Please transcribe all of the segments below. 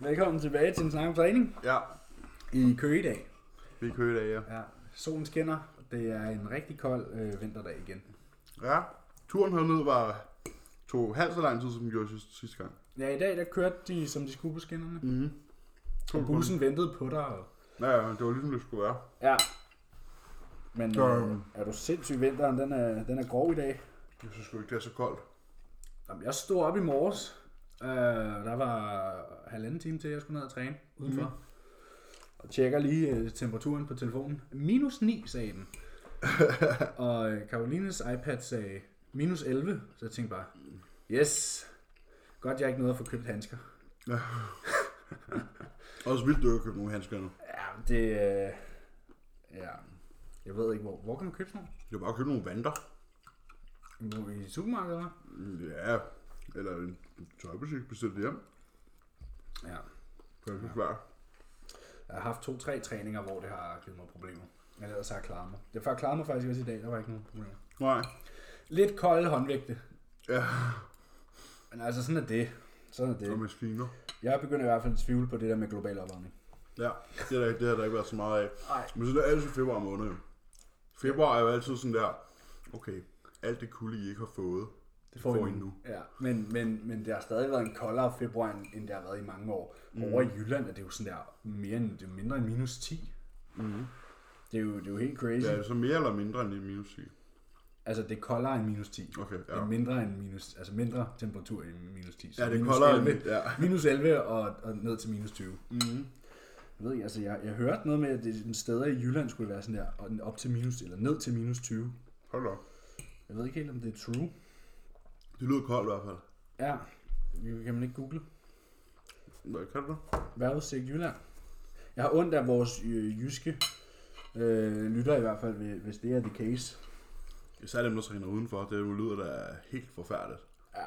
Velkommen tilbage til en snak om træning. Ja. I Køge i dag. Vi kører i dag, ja. Ja. Solen skinner. Det er en rigtig kold vinterdag igen. Ja, turen hernede tog halvt så lang tid, som den gjorde sidste gang. Ja, i dag der kørte de, som de skulle på skinnerne. Mhm. Og bussen ventede på dig. Og... Ja, det var ligesom det skulle være. Ja. Men er du sindssyg, vinteren den er grov i dag? Jeg synes sgu ikke, det er så koldt. Jamen, jeg stod op i morges. Der var 1,5 time til, jeg skulle ned og træne udenfor. Og tjekker lige temperaturen på telefonen. -9 sagde den. Og Karolines iPad sagde -11. Så jeg tænkte bare, yes. Godt, jeg ikke nåede at få købt handsker. Ja. Også vildt, du har købt nogle handsker nu. Ja, det... ja. Jeg ved ikke, hvor kan man købe sådan nogle? Du har bare købt nogle vanter. I supermarkedet, eller? Ja, eller en tøjbutik bestilt hjem. Ja. Det er ikke svært. Jeg har haft 2-3 træninger, hvor det har givet mig problemer. Men ellers har jeg klaret mig. Det har klaret mig faktisk også i dag, der var ikke nogen problemer. Nej. Lidt kolde håndvægte. Ja. Men altså, sådan er det. Sådan er det. Og maskiner. Jeg begynder i hvert fald at tvivle på det der med global opvarmning. Ja, det har der ikke været så meget af. Nej. Men så det er altid februar måned. Februar er jo altid sådan der, okay, alt det kulde, I ikke har fået, det får I nu. Ja, men det har stadig været en koldere februar, end det har været i mange år. Over i Jylland er det jo sådan der mindre end -10. Mm-hmm. Det er jo helt crazy. Ja, er det så mere eller mindre end -10? Altså, det er koldere end -10. Okay, ja. Det er mindre end mindre temperatur end -10. Ja, det er koldere end, ja. -11 og ned til -20. Mm-hmm. Jeg ved ikke, altså jeg hørte noget med, at det steder i Jylland skulle være sådan der, og op til eller ned til -20. Hold op. Jeg ved ikke helt, om det er true. Det lyder koldt i hvert fald. Ja, det kan man ikke google. Hvad kan du? Vejrudsigt Jylland. Jeg har ondt af vores jyske lytter i hvert fald, hvis det er the case. Især dem, der træner udenfor, det lyder da helt forfærdeligt. Ja.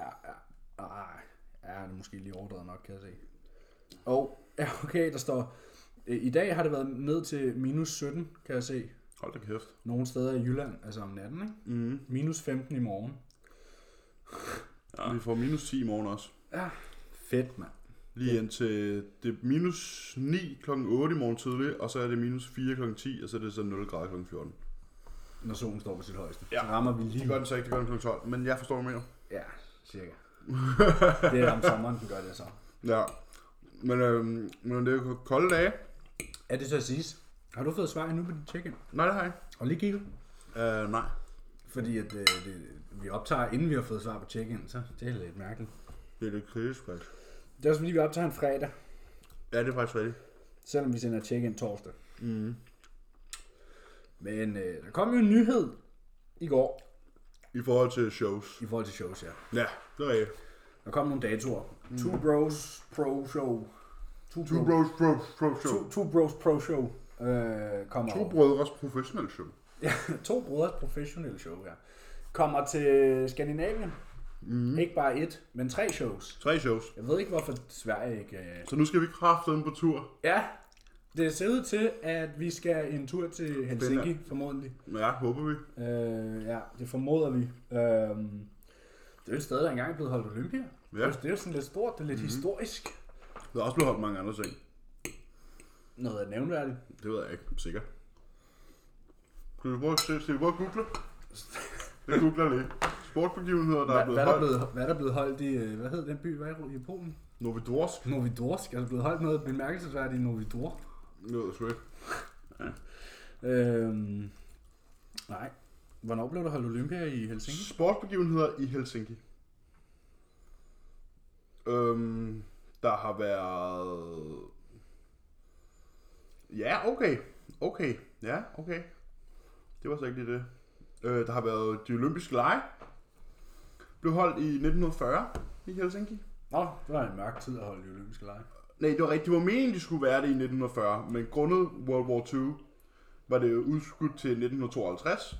Ja, det er måske lige overdrevet nok, kan jeg se. Og, ja, okay, der står, i dag har det været ned til -17, kan jeg se. Hold da kæft. Nogle steder i Jylland, altså om natten, ikke? Mm-hmm. -15 i morgen. Ja. Vi får -10 i morgen også. Ja, fedt, mand. Lige indtil det er -9 kl. 8 i morgen tidlig, og så er det -4 kl. 10, og så er det så 0 grader kl. 14. Når solen står på sit højeste. Ja. Så rammer vi lige. Det gør den så ikke, det gør den kl. 12, men jeg forstår mere. Ja, cirka. Det er om sommeren, den gør det så. Ja, men det er jo kolde dage. Er det så at siges? Har du fået svar endnu på dit check-in? Nej, det har jeg ikke. Og lige kigget? Nej. Fordi at vi optager, inden vi har fået svar på check-in, så det er lidt mærkeligt. Det er lidt kritisk, faktisk. Det er også fordi, vi optager en fredag, Ja, det er faktisk rigtigt. selvom vi sender check-in torsdag. Mm. Men der kom jo en nyhed i går, I forhold til shows. i forhold til shows, ja. Ja, det er rigtigt. Der kom nogle datoer. Two Bros Pro Show. Two Bros Pro Show. Two Bros Pro Show kommer. To brødres professionelle show. Ja, to brødres professionelle show, ja. Kommer til Skandinavien. Ikke bare et, men 3 shows. 3 shows. Jeg ved ikke, hvorfor Sverige ikke... Så nu skal vi kraftedeme på tur. Ja, det ser ud til, at vi skal en tur til Helsinki, formodentlig. Ja, håber vi. Ja, det formoder vi. Det er jo et sted, der engang er blevet holdt Olympia. Ja. Det er jo sådan lidt stort, det er lidt historisk. Der er også blevet holdt mange andre ting. Noget nævnværdigt. Det ved jeg ikke, sikkert. Skal vi prøve at google? Det googler lige. Sportsbegivenheder, der er blevet holdt. Hvad er der blevet holdt i, hvad hed den by, i Polen? Novidorsk. Novidorsk, er der blevet holdt noget bemærkelsesværdigt i Novidor? Det ved jeg sgu ikke. Nej. Hvornår blev der holdt Olympia i Helsinki? Sportsbegivenheder i Helsinki. Der har været... Ja, okay. Ja, okay. Det var så ikke lige det. Der har været de olympiske lege. Blev holdt i 1940 i Helsinki. Nå, det var en mørk tid at holde de olympiske lege. Nej, det var rigtigt. Det var meningen, de skulle være det i 1940. Men grundet World War II var det udskudt til 1952.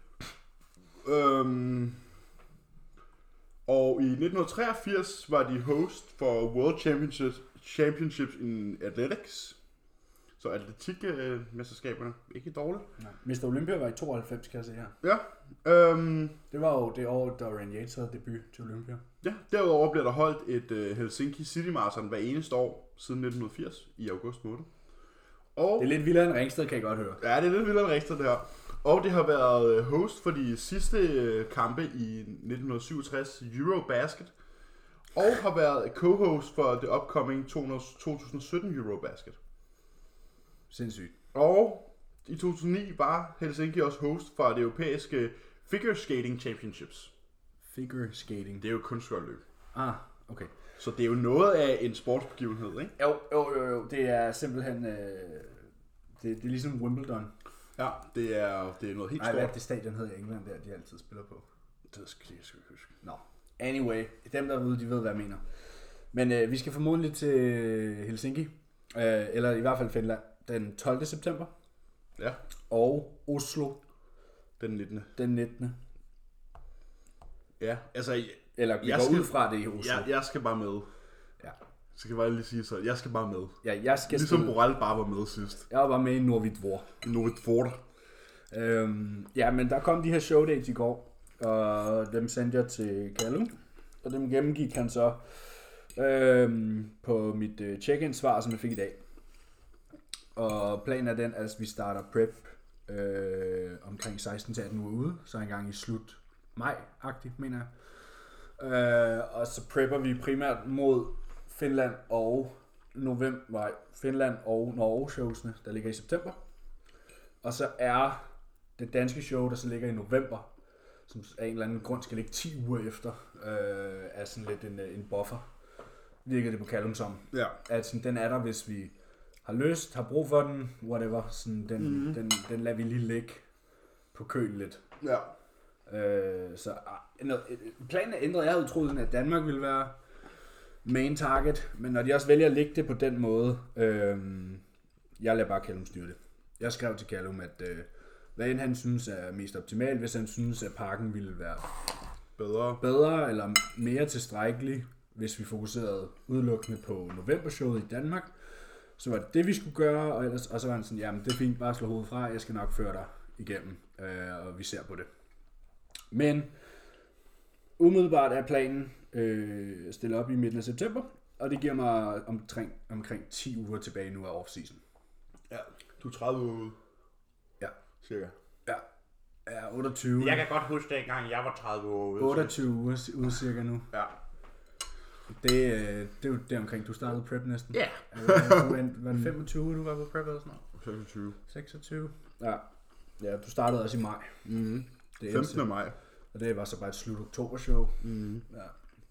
Og i 1983 var de host for World Championships in Athletics. Så atletikmesterskaberne, ikke dårligt. Nej. Mr. Olympia var i 92, kan jeg se her. Ja. Det var jo det år, Dorian Yates havde debut til Olympia. Ja, derudover bliver der holdt et Helsinki City Marathon hver eneste år siden 1980 i august måned. Og Det er lidt vildere end Ringsted, kan jeg godt høre. ja, det er lidt vildere end Ringsted det her. Og det har været host for de sidste kampe i 1967 Eurobasket. Og har været co-host for det upcoming 2017 Eurobasket. Sindssygt. Og i 2009 var Helsinki også host for det europæiske Figure Skating Championships. Figure skating. Det er jo kunstskøjteløb. Ah, okay. Så det er jo noget af en sportsbegivenhed, ikke? Jo. Det er simpelthen... det er ligesom Wimbledon. Ja, det er noget helt Nej, hvad er stort. det stadion hedder i England der, de altid spiller på? Det skal jeg sgu ikke huske. Nå. Anyway, dem der er ude, de ved, hvad jeg mener. Men vi skal formodentlig til Helsinki. Eller i hvert fald Finland. Den 12. september. Ja, Og Oslo den 19. den 19. Ja, altså, Eller vi Jeg går skal- ud fra det i Oslo. jeg skal bare med. Ja. Så kan jeg bare lige sige så, jeg skal bare med. Ja, jeg skal Ligesom stille- Borrell bare var med sidst. Jeg var bare med i Norvidvor. Noget forter. Ja, men der kom de her showdates i går, og dem sendte jeg til Callum, og dem gennemgik han så på mit check-in-svar, som jeg fik i dag. Og planen er den, at vi starter prep omkring 16-18 uger ude, så en gang i slut maj-agtigt, mener jeg. Og så prepper vi primært mod Finland og Finland og Norge showsene, der ligger i september. Og så er det danske show, der så ligger i november, som af en eller anden grund skal ligge 10 uger efter, er sådan lidt en buffer, virker det på Callum som. Ja. At sådan, den er der, hvis vi har lyst, har brug for den, whatever. Sådan, den lader vi lige ligge på køen lidt. Ja. Så planen er ændret. Jeg havde troet, at Danmark ville være main target, men når de også vælger at lægge det på den måde, jeg lader bare Callum styre det. Jeg skrev til Callum, at hvad end han synes er mest optimalt, hvis han synes, at parken ville være bedre eller mere tilstrækkelig, hvis vi fokuserede udelukkende på novembershowet i Danmark, så var det, vi skulle gøre, og så var han sådan, jamen det er fint, bare slå hovedet fra, jeg skal nok føre dig igennem, og vi ser på det. Men umiddelbart er planen stille op i midten af september, og det giver mig omkring 10 uger tilbage nu af off-season. Ja. Du er 30 uger ude. Ja. Cirka. Ja, 28. Jeg kan godt huske, at gang jeg var 30 uger ude. 28 uger ude cirka nu. Ja. Det er jo det omkring, du startede prep næsten. Ja. Var det 25 du var på prep eller sådan noget? 26. 26? Ja. Ja, du startede også i maj. Mhm. Det 15. maj. Og det var så bare et slut oktober show. Mhm. Ja.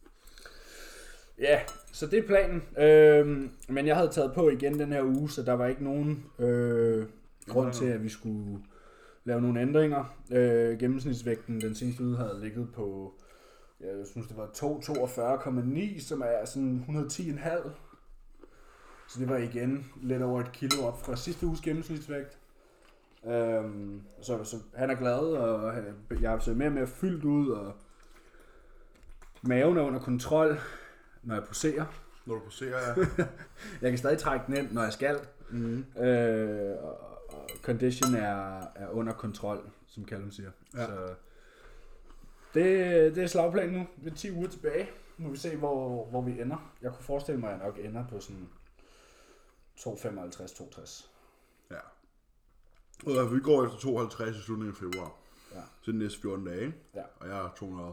Ja, så det er planen. Men jeg havde taget på igen den her uge, så der var ikke nogen grund til, at vi skulle lave nogle ændringer. Gennemsnitsvægten den seneste uge havde ligget på, jeg synes det var 242,9, som er sådan 110,5. Så det var igen lidt over et kilo op fra sidste uges gennemsnitsvægt. Så han er glad, og jeg ser mere og mere fyldt ud, og maven er under kontrol, når jeg poserer. Når du poserer, ja. Jeg kan stadig trække den ind, når jeg skal. Mhm. Og condition er under kontrol, som Callum siger. Ja. Så det er slagplanen nu. Vi er 10 uger tilbage. Nu må vi se, hvor vi ender. Jeg kunne forestille mig, at jeg nok ender på sådan 2,55-2,60. Ja. Og vi går efter 52 i slutningen af februar. Ja. Til de næste 14 dage, ikke? Ja. Og jeg er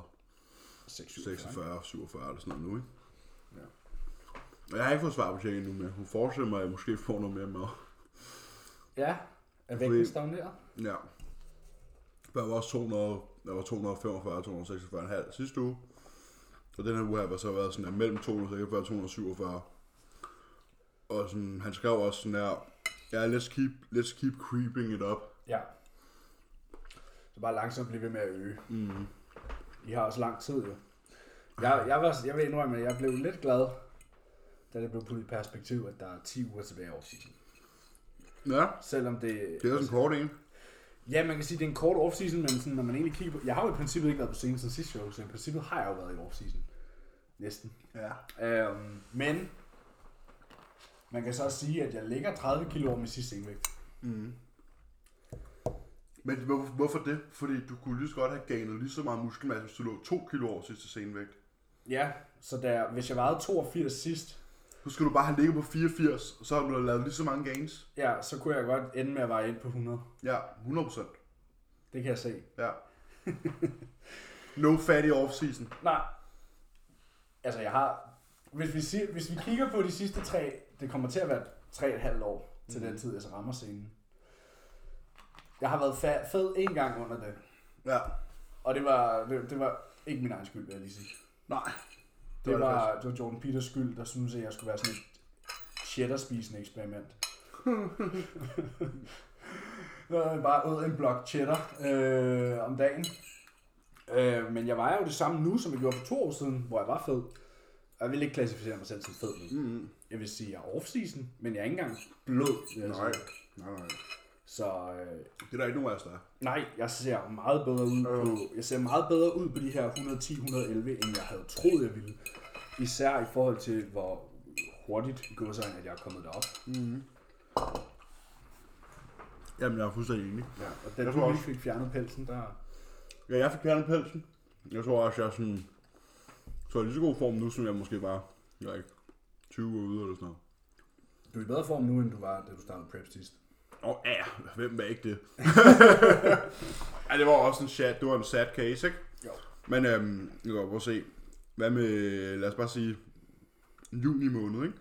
246, 47 eller sådan noget nu, ikke? Ja. Og jeg har ikke fået svar på check endnu, men hun forestiller mig, at jeg måske får noget mere med. Ja, er vægten stagneret? Ja. For jeg var også 245-246,5 sidste uge. Og den her uge har så været sådan mellem 246 og 247. Og sådan, han skrev også sådan her, ja, let's keep creeping it up. Ja. Så bare langsomt blive ved med at øge. Mm. I har også lang tid jo. Jeg vil indrømme, at jeg blev lidt glad, da det blev puttet i perspektiv, at der er 10 uger tilbage over season. Ja, Selvom det... det er også en kort en. Ja, man kan sige, det er en kort off-season, men sådan, når man egentlig kigger på... Jeg har jo i princippet ikke været på scenen siden sidste show, så i princippet har jeg jo været i off-season. Næsten. Ja. Men Man kan så også sige, at jeg ligger 30 kilo over med sidste senvægt. Mm. Men hvorfor det? Fordi du kunne lige så godt have gainet lige så meget muskelmasse, hvis du lå 2 kilo over sidste senvægt. Ja, så hvis jeg vejede 82 sidst, Så skulle du bare have ligget på 84, og så har du lavet lige så mange gains. ja, så kunne jeg godt ende med at veje ind på 100. Ja, 100%. Det kan jeg se. Ja. No fatty off-season. Nej. Altså jeg har... Hvis vi kigger på de sidste 3, det kommer til at være 3,5 år til den tid, jeg så rammer scenen. Jeg har været fed en gang under det. Ja. Og det var ikke min egen skyld, vil jeg lige sige. Nej. Det var Jordan Peters skyld, der synes at jeg skulle være sådan et cheddar-spisende eksperiment. Bare ud en blok cheddar om dagen. Men jeg vejer jo det samme nu, som jeg gjorde for 2 år siden, hvor jeg var fed. Og jeg vil ikke klassificere mig selv som fed nu. Mm-hmm. Jeg vil sige, at jeg er off-season, men jeg er ikke engang blød. Nej. Så Det er der ikke nogen af os, der er. nej, jeg ser meget bedre ud på de her 110-111, end jeg havde troet, jeg ville. Især i forhold til, hvor hurtigt går så at jeg er kommet derop. Mm-hmm. Jamen, jeg er fuldstændig enig. Ja, og da du lige fik fjernet pelsen, der... Ja, jeg fik fjernet pelsen. Jeg tror også, jeg er sådan... Så er lige så god form nu, som jeg måske var, jeg ikke, 20 år ude eller sådan noget. Du er i bedre form nu, end du var, da du startede prep sidst. Ja, hvem var ikke det? Ja, det var også en sad case, ikke? Jo. Men jeg kan godt prøve at se, hvad med, lad os bare sige, juni måned, ikke?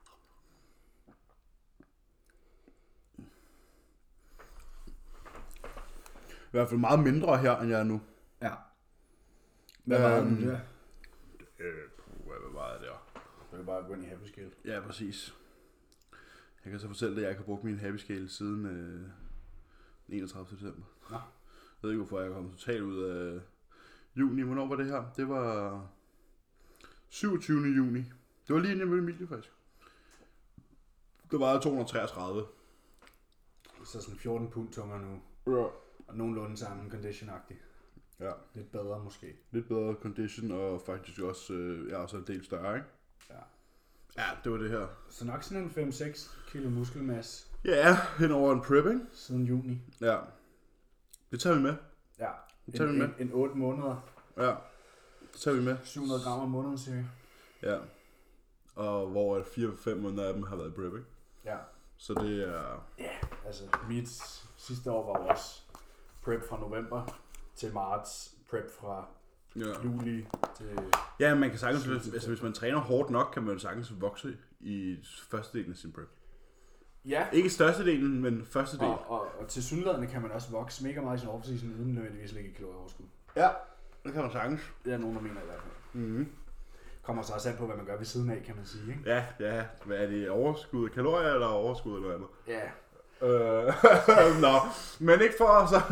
I hvert fald meget mindre her, end jeg er nu. Ja. Hvad var det nu der? Hvad var det der? Du kan bare gå ind i happy scale. Ja, præcis. Jeg kan så fortælle dig, at jeg ikke har brugt min happy scale siden 31. december. Nå. Jeg ved ikke, hvorfor jeg er kommet totalt ud af juni. Hvornår var det her? Det var 27. juni. Det var lige inden jeg mødte Emilie, faktisk. Det var 233. Så sådan 14 pund tungere nu. Ja. Og nogenlunde samme condition-agtigt. Ja. Lidt bedre måske. Lidt bedre condition, og faktisk også, jeg er også en del større, ikke? Ja. Ja, det var det her. Så nok sådan en 5-6 kilo muskelmasse. Ja, hen over en prep, ikke? Siden juni. Ja. Det tager vi med. Ja. Det tager vi med. En 8 måneder. Ja. Det tager vi med. 700 gram om måneden, siger vi. Ja. Og hvor 4-5 måneder af dem har været prep, ikke? Ja. Så det er... Ja, altså mit sidste år var også prep fra november til marts, prep fra juli til... Ja, man kan sagtens, hvis man træner hårdt nok, kan man sagtens vokse i første delen af sin prep. Ja. Ikke størstedelen, men første del. Og til synlædende kan man også vokse mega meget i sin off-season, uden nødvendigvis ligge i kalorieoverskud. Ja, det kan man sagtens. Det er nogen, der mener i hvert fald. Mm-hmm. Kommer så også an på, hvad man gør ved siden af, kan man sige, ikke? Ja. Hvad er det? Overskud af kalorier, eller overskud af noget andet? Ja. Nå, men ikke for så.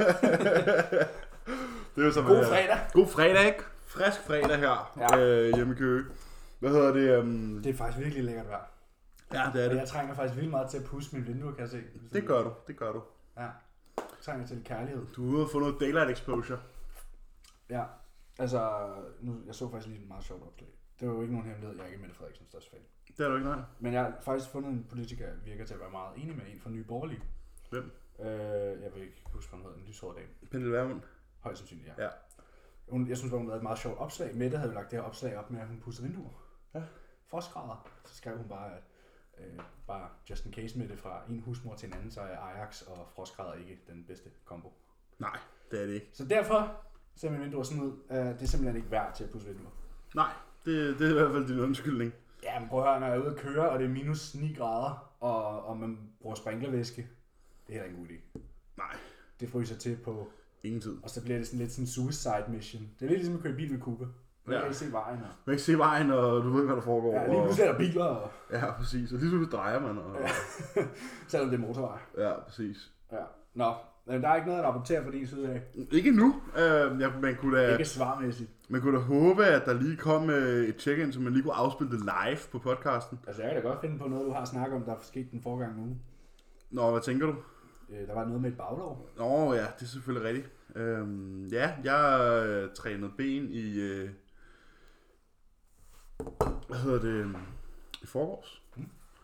Det er jo så God fredag. God fredag, ikke? Frisk fredag her, ja. Hjemme i Køge. Hvad hedder det? Det er faktisk virkelig lækkert vejr. Ja, det er det. Jeg trænger faktisk vildt meget til at pusse mit vindue, kan jeg se. Det gør du. Ja. Jeg trænger til kærlighed. Du er ude og få noget daylight exposure. Ja. Altså, jeg så faktisk lige en meget sjovt opslag. Det var jo ikke nogen hemmelighed, jeg er ikke Mette Frederiksens største fan. Det er du ikke, nej. Men jeg har faktisk fundet en politiker, der virker til at være meget enig med en fra Nye Borgerlige. Hvem? Jeg vil ikke huske, hvad hun hedder, en lyshåret dame. Pernille Vermund? Højst sandsynligt, ja. Ja. Jeg synes, hun havde et meget sjovt opslag. Mette havde jo lagt det her opslag op med, at hun pudser vinduer. Ja. Frostgrader. Så skrev hun bare, at bare just in case med det fra en husmor til en anden, så er Ajax og frostgrader ikke den bedste kombo. Nej, det er det ikke. Så derfor ser min vinduer sådan ud. Det er simpelthen ikke værd til at pusse vinduer. Nej, det er i hvert fald din undskyldning. Ja, men prøv at høre, når jeg er ude at køre, og det er minus 9 grader, og man bruger sprinklervæske, det er heller ikke en god idé. Nej. Det fryser til på... Ingen tid. Og så bliver det sådan lidt sådan suicide mission. Det er lidt ligesom at køre bil med Cooper. Man kan ikke se vejen. Man kan ikke se vejen, og du ved, hvad der foregår. Ja, lige pludselig er der biler. Og... Ja, præcis. Og lige pludselig drejer man. Og... Ja. Selvom det er motorvej. Ja, præcis. Ja. Nå, men der er ikke noget at rapportere for din side af. Ikke nu. Man kunne da... Ikke svarmæssigt. Man kunne da håbe, at der lige kom et check-in, så man lige kunne afspille det live på podcasten. Altså, jeg kan da godt finde på noget, du har snakket om, der er sket den forgang nu. Nå, hvad tænker du? Der var noget med et baglov. Nå ja, det er selvfølgelig rigtigt. Ja, jeg trænede ben i... hvad hedder det? I forgårs.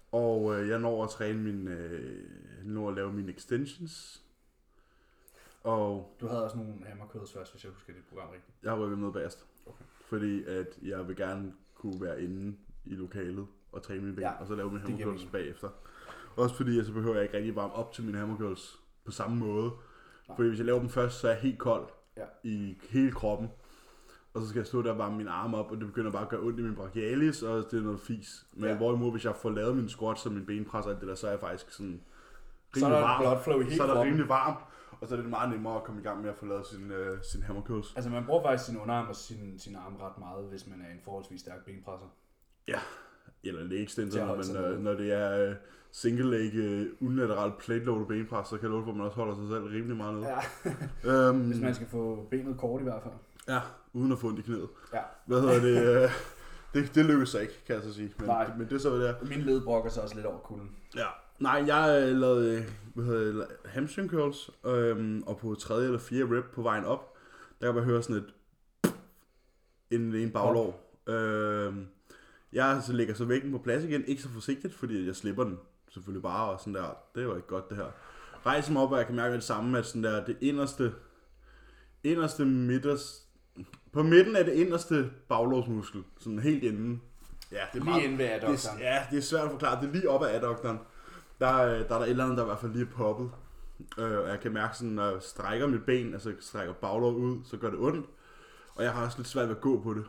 Og jeg når at træne når at lave mine extensions. Og du havde også nogle hammer curls først, hvis jeg husker dit program rigtigt. Jeg har rykket med bagerst. Okay. Fordi at jeg vil gerne kunne være inde i lokalet og træne mine ben, og så lave mine hammer curls bagefter. Også fordi, så behøver jeg ikke rigtig varme op til mine hammer curls på samme måde. Nej. Fordi hvis jeg laver dem først, så er jeg helt kold i hele kroppen. Og så skal jeg stå der og varme mine arme op, og det begynder bare at gøre ondt i min brachialis, og det er noget fis. Men hvorimod, hvis jeg får lavet mine squats og mine benpres og alt det der, så er jeg faktisk sådan rimelig varm. Blood flow i hele så er der rimelig varm, og så er det meget nemmere at komme i gang med at få lavet sin hammer curls. Altså man bruger faktisk sin underarm og sin arm ret meget, hvis man er en forholdsvis stærk benpresser. Ja, eller leg extender, når det er single leg unilateral plate loaded benpres, så kan jeg love for, at man også holder sig selv rimelig meget nede. Ja. Hvis man skal få benet kort i hvert fald. Ja, uden at få ondt i knæet. Ja. Hvad hedder det? Det lykkes så ikke, kan jeg så sige. Men det er så, hvad det er. Min led brokker sig også lidt over kulden. Ja. Nej, jeg lavede hamstring curls, og på 3. eller 4. rep på vejen op, der kan man høre sådan et inden det ene baglår. Jeg så lægger så vægten på plads igen, ikke så forsigtigt, fordi jeg slipper den selvfølgelig bare, og sådan der, det var ikke godt det her. Rejser mig op, og jeg kan mærke det samme, at sådan der, det inderste midterste, på midten af det inderste baglårsmuskel, sådan helt inden. Ja, det er lige inde ved adductoren. Ja, det er svært at forklare, det er lige op ad adductoren. Der er et eller andet, der i hvert fald lige er poppet. Og jeg kan mærke sådan, når jeg strækker mit ben, altså strækker baglåret ud, så gør det ondt. Og jeg har også lidt svært ved at gå på det.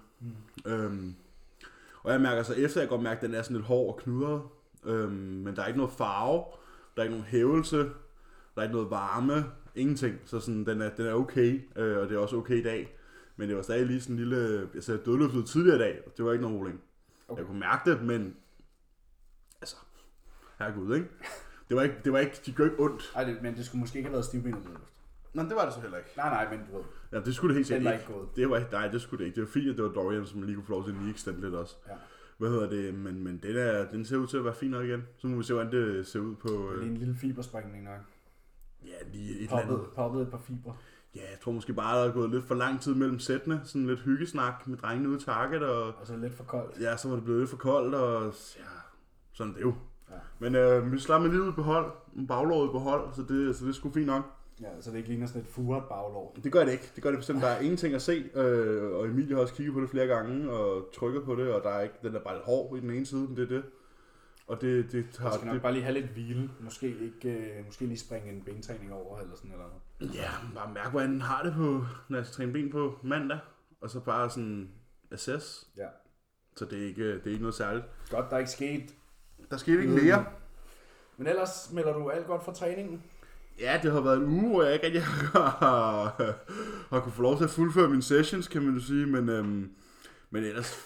Og jeg mærker så efter, jeg godt mærke, at den er sådan lidt hård og knudret. Men der er ikke noget farve, der er ikke nogen hævelse, der er ikke noget varme, ingenting. Så sådan, den er okay, og det er også okay i dag. Men det var stadig lige sådan en lille, jeg dødløftede tidligere i dag, og det var ikke noget problem. Okay. Jeg kunne mærke det, men altså, herregud, ikke? Det var ikke, de gør ikke ondt. Ej, men det skulle måske ikke have været stivbenet dødløft. Nej, det var det så heller ikke. Nej, men du ved. Ja, det skulle det helt sikkert ikke. Nej, det skulle det ikke. Det var fint, at det var Dorian, som lige kunne få lov til at lige extend lidt også. Ja. Hvad hedder det? Men den ser ud til at være fin nok igen. Så må vi se, hvordan det ser ud på. Det er en lille fibersprængning nok. Ja, lige et eller andet. Poppet et par fibre. Ja, jeg tror måske bare, der er gået lidt for lang tid mellem sættene. Sådan lidt hyggesnak med drengene ude i Target. Og så lidt for koldt. Ja, så var det blevet lidt for koldt, og ja, sådan det jo. Ja. Men vi slap med livet i behold, baglåret i behold, så det er sgu fint nok. Ja, så det ikke ligner sådan et furet baglår. Det gør det ikke. Det gør det bestemt. Der er ingenting at se, og Emilie har også kigget på det flere gange og trykket på det, og der er ikke, den er bare lidt hård i den ene side, men det er det. Og det tager... Jeg skal nok bare lige have lidt hvile. Måske lige springe en bentræning over eller sådan eller noget. Ja, bare mærke, hvordan den har det på, når jeg skal træne ben på mandag. Og så bare sådan assess. Ja. Så det er ikke noget særligt. Godt, der er ikke sket. Der skete ikke mere. Men ellers melder du alt godt fra træningen? Ja, det har været en uge, hvor jeg ikke rigtig har kunne få lov til at fuldføre mine sessions, kan man jo sige. Men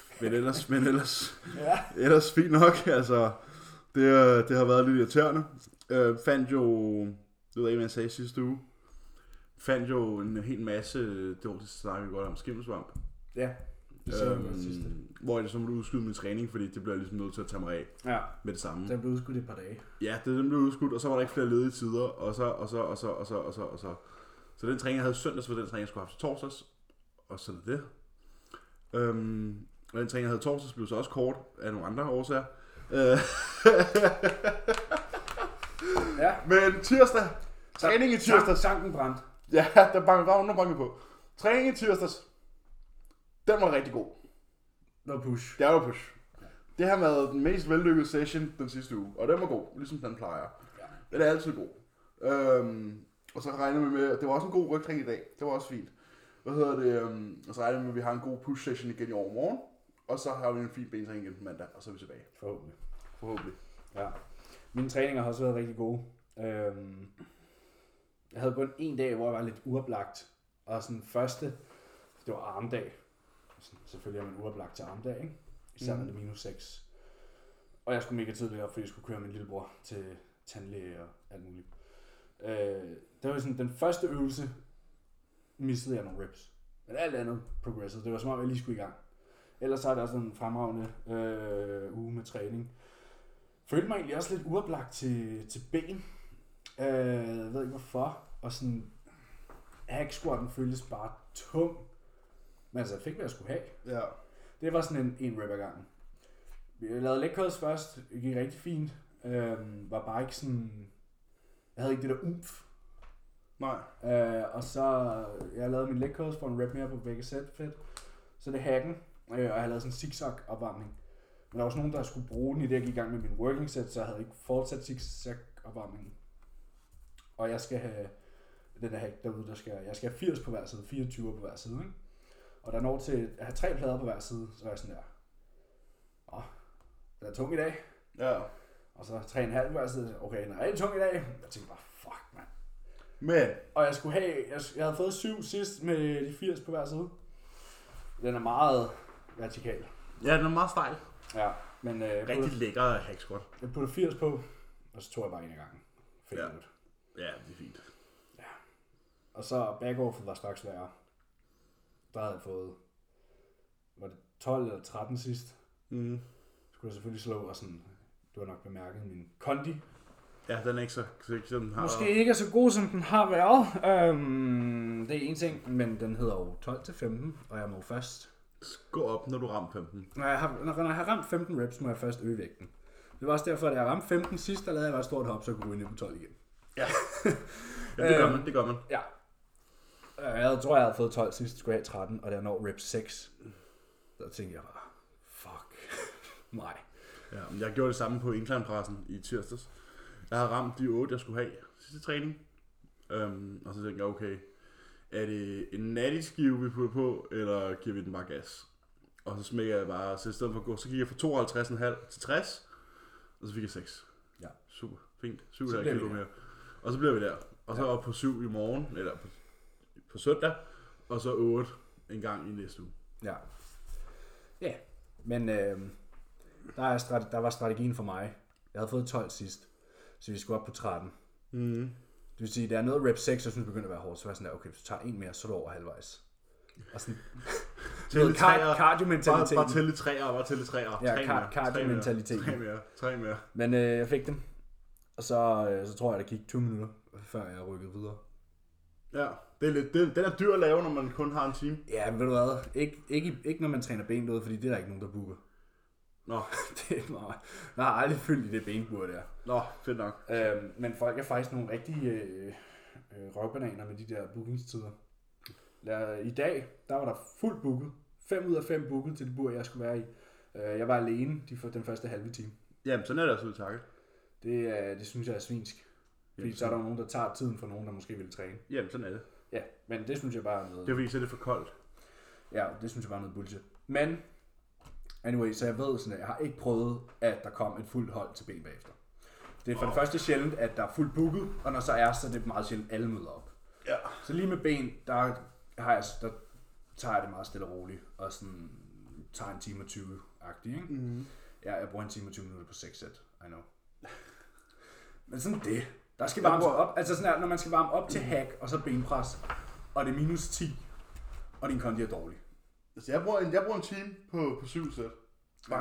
ellers fint nok. Altså, det har været lidt irriterende. Fandt jo, det ved jeg ikke, hvad jeg sagde sidste uge. Fandt jo en hel masse, det var det snakkede vi godt om, skimmelsvamp. Ja, det sagde vi sidste. Hvor jeg så måtte udskyde min træning, fordi det blev jeg ligesom nødt til at tage mig af med det samme. Den blev udskudt et par dage. Ja, den blev udskudt, og så var der ikke flere ledige tider, og så. Så den træning, jeg havde søndags, var den træning, jeg skulle have haft torsdags, og så det. Og den træning, jeg havde torsdags, blev så også kort af nogle andre årsager. Ja. Men tirsdag, træning i tirsdags. Sanken brændt. Ja, der var nogen, der bankede på. Træning i tirsdags, den var rigtig god. No push. Det var push. Det har været den mest vellykkede session den sidste uge, og den var god, ligesom den plejer. Ja. Den er altid god. Og så regner vi med, at det var også en god rygtræning i dag. Det var også fint. Og så regner vi med, at vi har en god push session igen i overmorgen. Og så har vi en fin bentræning igen på mandag, og så er vi tilbage. Forhåbentlig. Ja. Mine træninger har også været rigtig gode. Jeg havde kun en dag, hvor jeg var lidt uoplagt. Og sådan første, det var armdag. Selvfølgelig er man uoplagt til armdag, ikke? Især med det -6. Og jeg skulle mega tidligt op, fordi jeg skulle køre min lillebror til tandlæge og alt muligt. Det var sådan, den første øvelse missede jeg nogle reps. Men alt andet progressede. Det var som om, jeg lige skulle i gang. Ellers så er det også en fremragende uge med træning. Følte mig egentlig også lidt uoplagt til ben. Jeg ved ikke hvorfor. Og sådan, hack squatten føltes bare tung. Men altså, jeg fik hvad jeg skulle have. Ja. Det var sådan en rep ad gangen. Vi lavede leg curls først. Det gik rigtig fint. var bare ikke sådan... Jeg havde ikke det der umf. Nej. Og så... Jeg lavede min leg curls for en rep mere på begge sæt fedt. Så det hacken. Og jeg lavede sådan en zigzag opvarmning. Men der var også nogen, der skulle bruge den i det, jeg gik i gang med min working set, så jeg havde ikke fortsat zigzag opvarmningen. Og jeg skal have den der hack derude, jeg skal have 80 på hver side, 24 på hver side, ikke? Og der når til at have 3 plader på hver side, så er jeg sådan der. Den er tung i dag. Ja. Og så 3,5 på hver side. Okay, den er rigtig tung i dag. Jeg tænkte bare, fuck, mand. Men. Og jeg havde fået 7 sidst med de 80 på hver side. Den er meget vertikal. Ja, den er meget stejl. Ja, men... Rigtig lækker hack squat. Jeg putter 80 på, og så tog jeg bare en af gangen. Ja. Ja, det er fint. Ja. Og så backoffet var straks værre. Der havde jeg fået... Var det 12 eller 13 sidst? Mhm. Skulle jeg selvfølgelig slå, og sådan... Du har nok bemærket min kondi. Ja, den er ikke så den har... Måske ikke er så god, som den har været. Det er en ting, men den hedder jo 12-15, og jeg må først... Gå op, når du rammer 15. Når jeg har ramt 15 reps, må jeg først øge vægten. Det var også derfor, at jeg ramte 15 sidst, der lavede jeg bare et stort hop, så jeg kunne gå ind på 12 igen. Ja, ja det gør man. Ja. Jeg tror, jeg havde fået 12 sidst, skulle jeg have 13, og der når rep 6. Så tænkte jeg bare, fuck, nej. Ja, men jeg gjorde det samme på incline-pressen i tirsdags. Jeg havde ramt de 8, jeg skulle have sidste træning. Og så tænkte jeg, okay, er det en natty-skive, vi putter på, eller giver vi den bare gas? Og så smækker jeg bare, så i stedet for at gå, så gik jeg fra 52,5 til 60, og så fik jeg 6. Ja. Super, fint. 7,5 kilo mere. Og så bliver vi der. Og så op på 7 i morgen, eller på søndag, og så 8 en gang i næste uge. Ja. Ja, men der var strategien for mig. Jeg havde fået 12 sidst, så vi skulle op på 13. Mm. Det vil sige, der er noget rep 6, jeg synes begynder at være hårdt, så var jeg sådan der, okay, hvis du tager en mere, så er du over halvvejs. Og sådan... Cardio-mentaliteten. Bare tælle træer. Ja, cardio-mentaliteten. 3 mere. Men jeg fik dem. Og så tror jeg, der gik 20 minutter, før jeg rykkede videre. Ja, den er dyr at lave, når man kun har en time. Ja, men ved du hvad? Ikke når man træner ben ud, fordi det er der ikke nogen, der booker. Nå. Jeg har aldrig fyldt i det benbur der. Nå, fedt nok. Men folk er faktisk nogle rigtige røvbananer med de der bookingstider. I dag, der var der fuldt booket. 5 ud af 5 booket til det bur, jeg skulle være i. Jeg var alene den første halve time. Jamen, sådan er det også udtakket. Det synes jeg er svinsk. Fordi så er der nogen, der tager tiden for nogen, der måske vil træne. Jamen, sådan er det. Ja, men det synes jeg bare er noget... Det er fordi, så er det for koldt. Ja, det synes jeg bare er noget bullshit. Men, anyway, så jeg ved sådan, at jeg har ikke prøvet, at der kom et fuldt hold til ben bagefter. Det er for det første sjældent, at der er fuldt booket, og når så er, så er det meget sjældent, alle møder op. Ja. Så lige med ben, der tager jeg det meget stille og roligt, og sådan tager en time og 20-agtig, ikke? Mm-hmm. Ja, jeg bruger en time og 20 minutter på 6 sæt, I know. Men sådan det. Der skal varmes op, altså sådan her, når man skal varme op til hack, og så benpres, og det er minus 10, og din kondi er dårlig. Altså, jeg bruger en time på 7 sæt. Ja.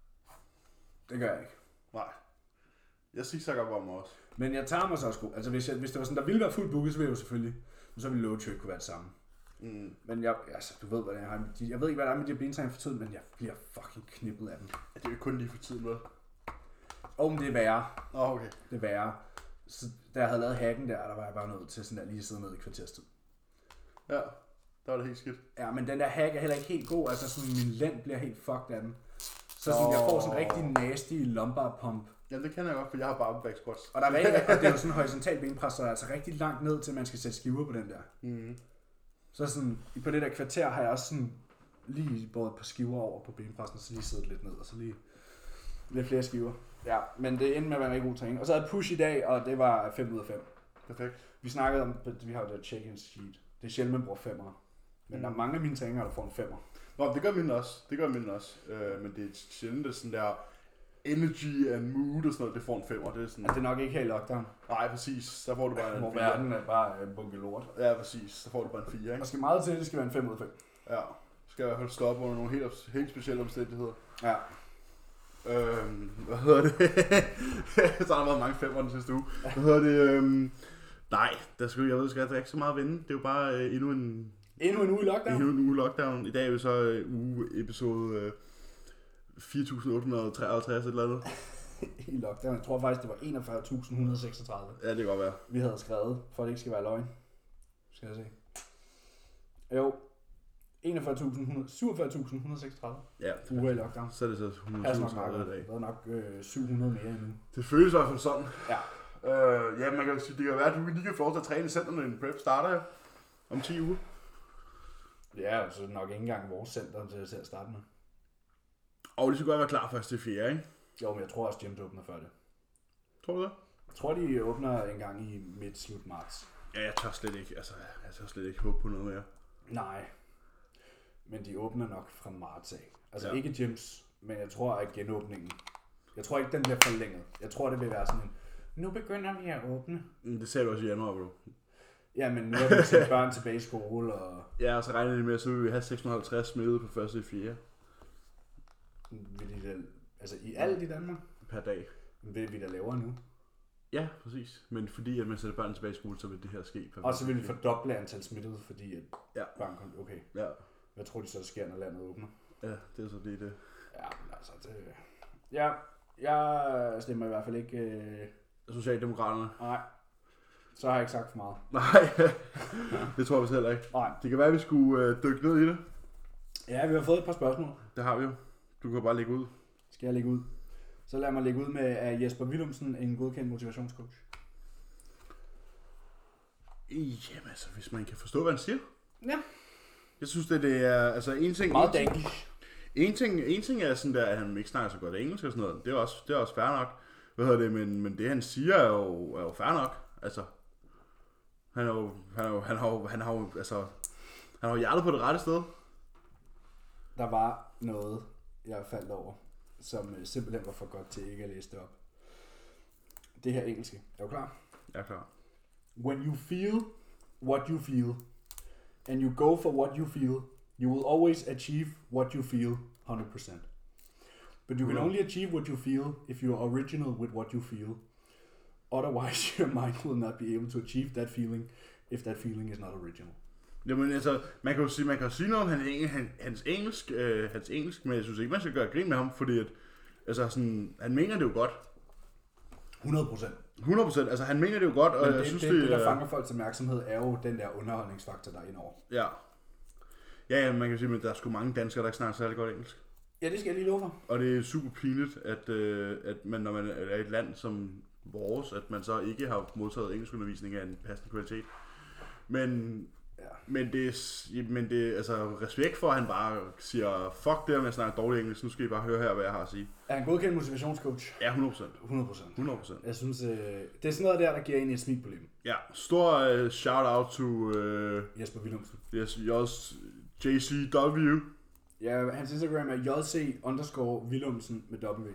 Det gør jeg ikke. Nej. Jeg zigzagger bare mig også. Men jeg tager mig så også god. Altså hvis det var sådan, der ville være fuldt booket, så ville jeg jo selvfølgelig, så ville load ikke kunne være det samme. Mm. Men du ved, hvad det er. Jeg ved ikke, hvad der er med de bentræning for tiden, men jeg bliver fucking knippet af dem. Det er jo kun lige for tiden, vel? Men det er værre. Okay. Det er værre. Så da jeg havde lavet hacken der var jeg bare nødt til sådan der lige at sidde ned i kvarterstid. Ja, der var det helt skidt. Ja, men den der hack er heller ikke helt god. Altså sådan, min lænd bliver helt fucked af den. Så sådan, jeg får sådan en rigtig nasty lumbar pump. Ja, det kan jeg godt, for jeg har bare back squats. Og der er og det er jo sådan en horisontal benpres, så der er altså rigtig langt ned til, man skal sætte skiver på den der. Mm. Så sådan, på det der kvarter har jeg også sådan lige båret et par skiver over på benpressen, så lige siddet lidt ned, og så lige lidt flere skiver. Ja, men det endte med at være en rigtig god træning. Og så havde jeg push i dag, og det var 5 ud af 5. Perfekt. Vi snakkede om, at vi har jo det check-in sheet. Det er sjældent, man bruger 5'ere. Men der er mange af mine træninger, der får en 5'er. Nå, det gør mine også. Men det er sjældent, det sådan der energy and mood og sådan noget, det får en 5'er. Det er sådan... det er nok ikke helt lockdown. Nej, præcis. Der får du bare en 4. Hvor verden er bare en bunke lort. Ja, præcis. Så får du bare en 4, ikke? Der skal meget til, det skal være en 5 ud af 5. Ja. Skal jeg holde stop under nogle helt specielle omstændigheder. Ja. Hvad hedder det? Så har der været mange 5'er den sidste uge. Hvad hedder det? Nej, jeg ved sgu ikke så meget at vinde. Det er jo bare endnu en uge i lockdown. Endnu en uge lockdown. I dag er vi så uge episode 4853 et eller andet. i lockdown. Jeg tror faktisk, det var 41.136. Ja, det kan godt være. Vi havde skrevet, for at det ikke skal være løgn. Skal jeg se. Jo, 47.136 Ja, uger i lockdown. så er det så 137 i dag. Der er nok 700 mere endnu. Det føles i hvert fald sådan. Ja. Ja, man kan sige, det kan være, at du lige kan få lov til at træne i centret, når din prep starter om 10 uger. Ja, så nok ikke engang vores center til at starte med. Og det skal godt være klar først til 4, ikke? Jo, men jeg tror også, gymt åbner før det. Tror du det? Jeg tror, de åbner en gang i midt-slut marts. Ja, jeg tør slet ikke håbe på noget mere. Nej, men de åbner nok fra marts af. Altså Ja. ikke gyms, men jeg tror, at genåbningen... Jeg tror ikke, den bliver forlænget. Jeg tror, det vil være sådan en... Nu begynder vi at åbne. Det sagde du også i januar, bro. Ja, men nu har vi sendt børn tilbage i skole, og... Ja, og så regner de med, at så vil vi have 650 smittede på første i 4 Vil de da, altså i alt i Danmark? per dag. Vil vi da lavere nu? Ja, præcis. Men fordi at man sætter børn tilbage i skole, så vil det her ske. Og så vil vi fordoble antal smittede, fordi at Ja. børn kommer... Okay, Ja, hvad tror de så, der sker, når landet åbner? ja, det er så lige det. Ja, men altså, det... Ja, jeg stemmer i hvert fald ikke... Socialdemokraterne. Nej, så har jeg ikke sagt for meget. Nej, det tror jeg vist heller ikke. Nej. Det kan være, at vi skulle dykke ned i det. Ja, vi har fået et par spørgsmål. Det har vi jo. Du kan bare lægge ud. Skal jeg lægge ud? Så lad mig lægge ud med, at Jesper Willumsen en godkendt motivationscoach. Jamen altså, hvis man kan forstå, hvad han siger. Ja. Jeg synes, det er... Altså, en ting... Meget danglish. En ting er sådan der, at han ikke snakker så godt engelsk og sådan noget. Det er også fair nok. Men det han siger er jo fair nok. Altså, han har jo hjertet på det rette sted. Der var noget, jeg faldt over, som simpelthen var for godt til ikke at læse det op. Det her engelske. Er du klar? Jeg er klar. When you feel what you feel, and you go for what you feel, you will always achieve what you feel 100%. But you can only achieve what you feel if you are original with what you feel. Otherwise, your mind will not be able to achieve that feeling if that feeling is not original. Jamen altså, man kan jo sige noget om hans engelsk, men jeg synes ikke, man skal gøre grin med ham, fordi at, altså sådan, han mener det jo godt. 100%. 100%, altså han mener det jo godt, og men jeg synes det der fanger folks opmærksomhed, er jo den der underholdningsfaktor, der er indover. Ja. Ja, man kan jo sige, at der er sgu mange danskere, der ikke snakker særlig godt engelsk. Ja, det skal jeg lige love for. Og det er super pinligt, at man, når man er i et land som vores, at man så ikke har modtaget engelskundervisning af en passende kvalitet. Men det er altså respekt for, at han bare siger, fuck det med at snakke dårlig engelsk, nu skal I bare høre her, hvad jeg har at sige. Er han godkendt motivationscoach? Ja, 100%. 100%. Jeg synes, det er sådan noget der giver en et smil på livet. Ja, stor shout out to Jesper Willumsen. Yes, JCW. Ja, hans Instagram er jc_Willumsen med W.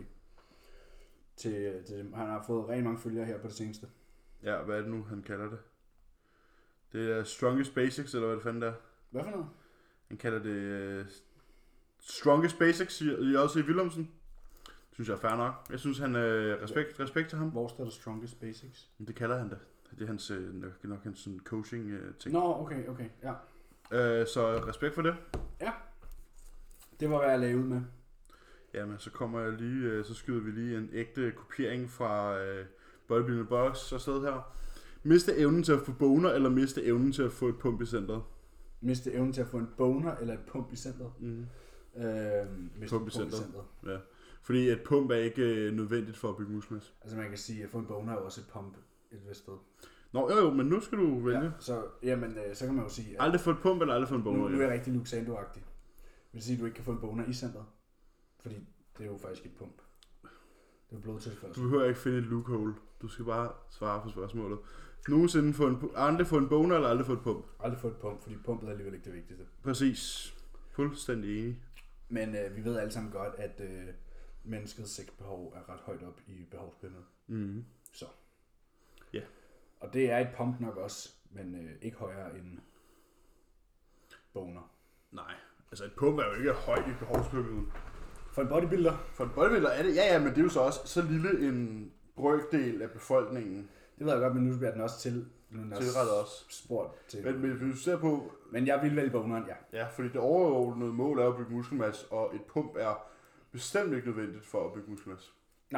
Han har fået rigtig mange følgere her på det seneste. Ja, hvad er det nu, han kalder det? Det er Strongest Basics, eller hvad det fanden der? Hvad for noget? Han kalder det Strongest Basics, JC Willumsen. Synes jeg er fair nok. Jeg synes, han respekt til ham. Hvor står der Strongest Basics? Det kalder han det. Det er hans, nok hans sådan coaching-ting. Nå, okay, ja. Så respekt for det. Ja. Det var, hvad jeg lagde ud med. Jamen, så kommer jeg lige, så skyder vi lige en ægte kopiering fra Bodybuilding Box afsted her. Miste evnen til at få boner, eller miste evnen til at få et pump i centret? Miste evnen til at få en boner, eller et pump i centret? Pump i centret. Ja. Fordi et pump er ikke nødvendigt for at bygge muskelmasse. Altså man kan sige, at få en boner er jo også et pump et vist sted. Nå, jo, men nu skal du vælge. Ja, så kan man jo sige... Aldrig få et pump, eller aldrig få en boner? Nu er jeg rigtig Luke Sando-agtig. Vil sige, at du ikke kan få en boner i centret? Fordi det er jo faktisk et pump. Det er blodtilførsel. Du behøver ikke finde et loophole. Du skal bare svare på spørgsmålet. Nogensinde aldrig få en boner, eller aldrig få et pump? Aldrig få et pump, fordi pumpet er alligevel ikke det vigtigste. Præcis. Fuldstændig enig. Men vi ved alle sammen godt, at menneskets sexbehov er ret højt op i behovspyramiden. Mm. Så. Ja. Og det er et pump nok også, men ikke højere end boner. Nej, altså et pump er jo ikke højt i behovspyramiden. For en bodybuilder? For en bodybuilder er det, ja, men det er jo så også så lille en brøkdel af befolkningen. Det ved jeg godt, men nu bliver den også tilrettet også spurgt til. Men hvis du ser på... Men jeg vil vælge boneren, ja. Ja, fordi det overordnede mål er at bygge muskelmasse, og et pump er bestemt ikke nødvendigt for at bygge muskelmasse. Nej,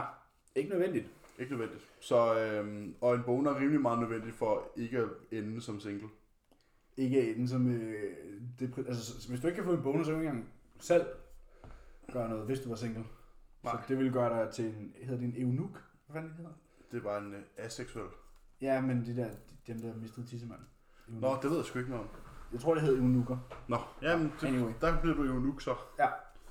Ikke nødvendigt. Ikke nødvendigt. Så, og en boner er rimelig meget nødvendig for ikke at ende som single. Ikke ende som... altså, hvis du ikke kan få en bonus, så kan du ikke engang selv gøre noget, hvis du var single. Nej. Så det ville gøre dig til en... Hedder det en eunuk? Hvad fanden det hedder? Det var en aseksuel. Ja, men dem der mistede tissemand. Nå, det ved jeg sgu ikke noget om. Jeg tror, det hedder eunukker. Nå, jamen, anyway. Der bliver du eunuk så. Ja.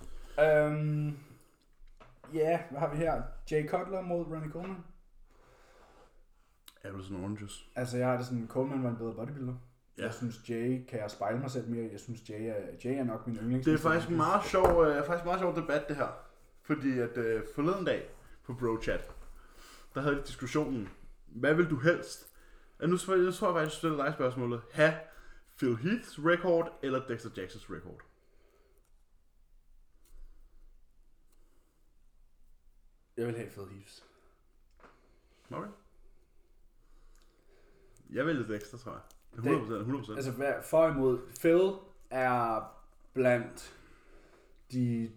Ja, hvad har vi her? Jay Cutler mod Ronnie Coleman. Er du sådan oranges? Altså, jeg har det sådan, Coleman var en bedre bodybuilder. Ja. Jeg synes, Jay kan jeg spejle mig selv mere. Jeg synes, Jay er nok min yndlings. Det er faktisk meget sjov debat, det her. Fordi at forleden dag på BroChat, der havde vi diskussionen. Hvad vil du helst? Nu tror jeg faktisk, at stille dig spørgsmålet. Ha' Phil Heaths record eller Dexter Jacksons record? Jeg vil have Phil Heaths. Okay. Jeg vælger Dexter, tror jeg. 100%. Altså, for imod, Phil er blandt de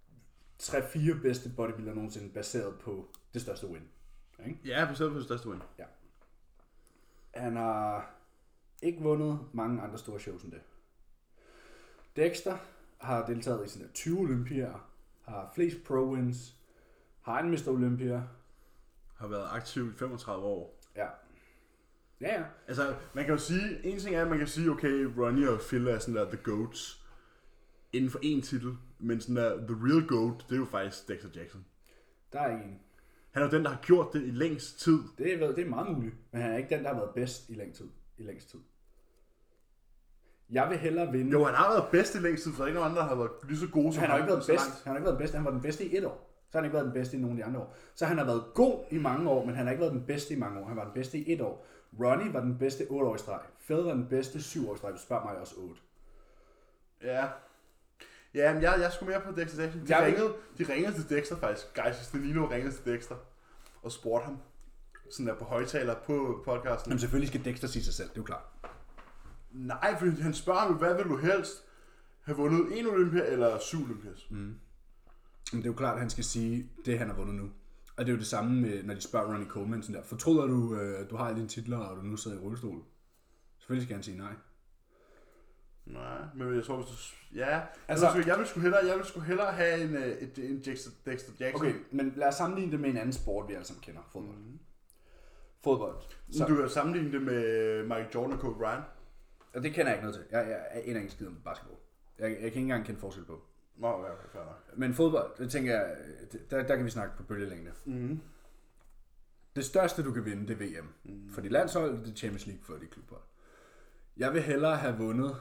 3-4 bedste bodybuilder nogensinde, baseret på det største win. Ikke? Ja, baseret på det største win. Ja. Han har ikke vundet mange andre store shows end det. Dexter har deltaget i sådan 20 olympier, har flest pro-wins, har en Mr. Olympia. Har været aktiv i 35 år. Ja. Ja. Altså, man kan jo sige, en ting er, at man kan sige, okay, Ronnie og Phil er sådan der the GOATs inden for en titel, men sådan der, the real GOAT, det er jo faktisk Dexter Jackson. Der er ikke en. Han er jo den, der har gjort det i længst tid. Det er meget muligt, men han er ikke den, der har været bedst i længst tid. Jeg vil hellere vinde. Jo, han har været bedst i længst tid, for der er ikke nogen andre, der har været lige så gode som han. Han har ikke været bedst. Han har ikke været bedst. Han var den bedste i 1 år. Så har han ikke været den bedste i nogle af de andre år. Så han har været god i mange år, men han har ikke været den bedste i mange år. Han var den bedste i 1 år. Ronnie var den bedste 8 år i streg. Phil var den bedste 7 år i streg. Du spørger mig også 8. Ja. Ja, men jeg skulle mere på Dexter Jackson. De ringede til Dexter faktisk. Guys Stanino ringede til Dexter og spurgte ham. Sådan der på højtaler på podcasten. Jamen selvfølgelig skal Dexter sige sig selv, det er jo klart. Nej, for han spørger ham, hvad vil du helst? Have vundet 1 Olympia eller 7 Olympias? Mm. Men det er jo klart, at han skal sige det, han har vundet nu. Og det er jo det samme, med, når de spørger Ronnie Coleman sådan der. Fortryder du, du har alle dine titler, og du nu sidder i rullestol? Selvfølgelig skal han sige nej. Nej, men jeg tror, hvis du... Ja, altså, jeg vil sgu hellere have en Dexter Jackson. Okay, men lad os sammenligne det med en anden sport, vi alle sammen kender. Fodbold. Mm-hmm. Fodbold. Så. Du kan sammenligne det med Michael Jordan og Kobe Bryant. Og det kender jeg ikke noget til. Jeg aner ikke skid om basketball. Jeg kan ikke engang kende forskel på. Nå, ja, fair nok. Men fodbold, det tænker jeg, der kan vi snakke på bølgelængde. Mm-hmm. Det største, du kan vinde, det er VM. Mm-hmm. For de landshold, det er Champions League for de klubber. Jeg vil hellere have vundet,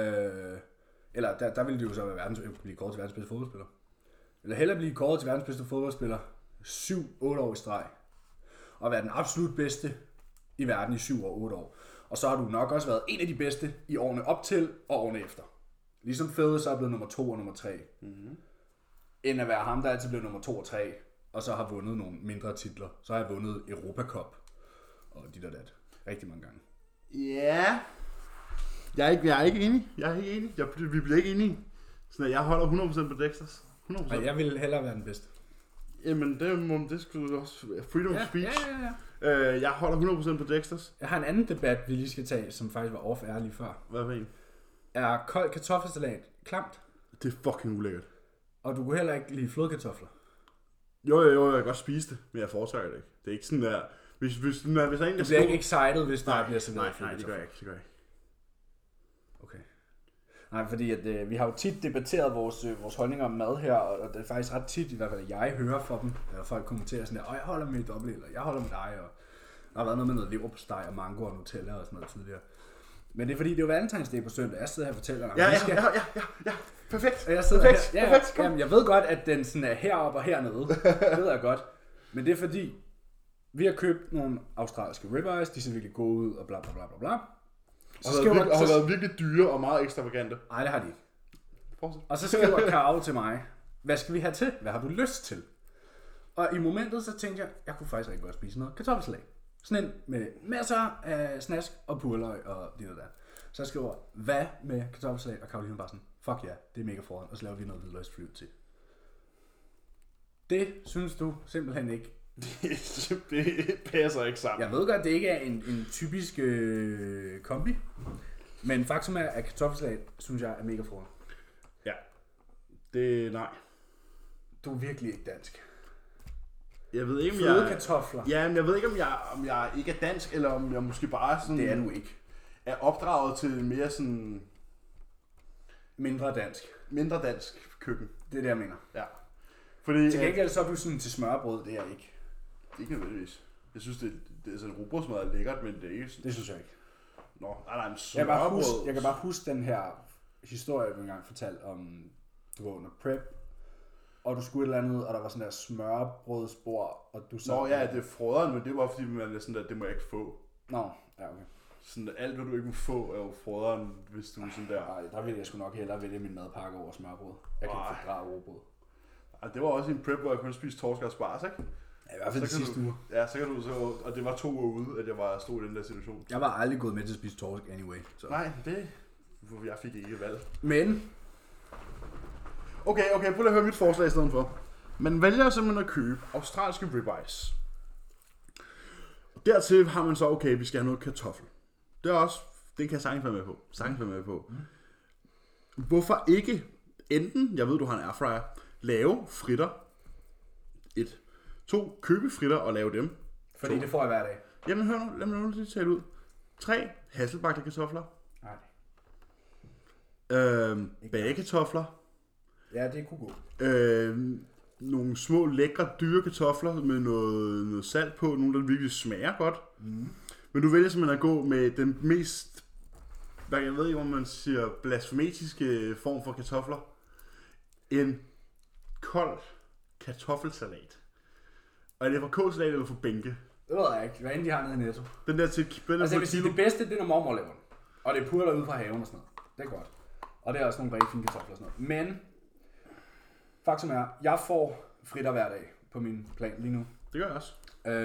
eller der ville det jo så være blive kåret til verdens bedste fodboldspiller. Jeg vil hellere blive kåret til verdens bedste fodboldspiller 7-8 år i streg. Og være den absolut bedste i verden i 7 år, 8 år. Og så har du nok også været en af de bedste i årene op til og årene efter. Ligesom Phil så er blevet nummer 2 og nummer 3. Mm-hmm. End at være ham, der altid blev nummer 2 og 3, og så har vundet nogle mindre titler. Så har jeg vundet Europa Cup og dit og dat. Rigtig mange gange. Ja. Jeg er ikke enig. Vi bliver ikke enige. Så jeg holder 100% på Dexters. 100%. Ej, jeg vil hellere være den bedste. Jamen, det skulle du også... Freedom of speech. Ja. Jeg holder 100% på Dexters. Jeg har en anden debat, vi lige skal tage, som faktisk var off-air lige før. Hvad for en? Er kold kartoffelsalat klamt? Det er fucking ulækkert. Og du kunne heller ikke lide flødekartofler? Jo, jeg kan godt spise det, men jeg foretrækker det ikke. Det er ikke sådan der... Hvis der er en, der du bliver ikke excited, hvis der bliver serveret flødekartofler? Nej, det gør jeg ikke. Okay. Nej, fordi at, vi har jo tit debatteret vores holdninger om mad her, og det er faktisk ret tit, i hvert fald, at jeg hører fra dem, eller folk kommenterer sådan der, jeg holder med dobbelt, eller jeg holder med dig, og der har været noget med noget leverpostej og mango og Nutella og sådan noget tidligere. Men det er fordi, det er jo Valentinsdag på søndag, jeg sidder her og fortæller dig. Ja, perfekt. Og jeg sidder perfekt. Her, jamen, jeg ved godt, at den sådan er heroppe og hernede, det ved jeg godt. Men det er fordi, vi har købt nogle australske ribeyes, de ser virkelig gode ud, og bla bla bla bla bla. Og har været virkelig dyre og meget ekstravagante. Nej, det har de ikke. Fortsæt. Og så skriver Karo til mig, hvad skal vi have til? Hvad har du lyst til? Og i momentet så tænkte jeg kunne faktisk rigtig godt spise noget kartoffelsalat. Sådan en med masser af snask og purløg og det og der. Så jeg skriver, hvad med kartoffelsalat? Og Karoline bare sådan, fuck ja, det er mega foran. Og så laver vi noget hvidløgsflyt til. Det synes du simpelthen ikke Det passer ikke sammen. Jeg ved godt, det ikke er en typisk kombi. Men faktum er, at kartoffelsalat, synes jeg, er mega frugter. Ja. Nej. Du er virkelig ikke dansk. Jeg ved ikke, om Fløde kartofler. Ja, men jeg ved ikke, om jeg ikke er dansk, eller om jeg måske bare sådan... Det er du ikke. Er opdraget til mere sådan... Mindre dansk. Mindre dansk køkken. Det er det, jeg mener. Ja. Fordi... Til gengæld så er du sådan til smørbrød, det er jeg ikke. Det er ikke nødvendigvis. Jeg synes, det er sådan rugbrødsmad er lækkert, men det er ikke sådan... Det synes jeg ikke. Nå, nej, men jeg kan bare huske den her historie, du engang fortalte om, du var under prep, og du skulle et eller andet, og der var sådan der smørbrødsbord, og du så... Nå ja, det er froderen, men det var fordi, man er sådan der, det må jeg ikke få. Nå, ja okay. Sådan alt, hvad du ikke må få, er jo froderen, hvis du er sådan der... Nej, der ville jeg sgu nok hellere vælge min madpakke over smørbrød. Jeg kan ikke fordrage overbrød. Ej, det var også en prep, hvor jeg kun spiste torsk og spars, ikke? Ja, i hvert fald sidste uge. Ja, så kan du så... Og det var 2 uger ude, at jeg stod i den der situation. Jeg var aldrig gået med til at spise torsk anyway. Så. Nej, jeg fik ikke valg. Men... Okay, prøv at høre mit forslag i stedet for. Man vælger simpelthen at købe australske ribeyes. Dertil har man så, okay, vi skal have noget kartoffel. Det kan jeg sagtens være med på. Hvorfor ikke enten, jeg ved, du har en airfryer, lave fritter. 1. 2. Købe fritter og lave dem. Fordi 2. det får jeg hver dag. Jamen hør nu, lad mig nu lige tale ud. 3. Hasselbagte kartofler. Nej. Bagekartofler. Ja, det kunne gå. Nogle små lækre dyre kartofler med noget salt på, nogle der virkelig smager godt. Men du vælger simpelthen at gå med den mest, jeg ved ikke, om man siger, blasfemetiske form for kartofler. En kold kartoffelsalat. Og er det fra K-salat eller fra bænke? Det ved jeg ikke. Hvad end de har nede i Netto. Den der til altså jeg vil sige, det bedste, det er når mormor laver den. Og det er purter ude fra haven og sådan noget. Det er godt. Og det er også nogle rigtig fine kartofler og sådan noget. Men faktum er, jeg får fritter hver dag på min plan lige nu. Det gør jeg også.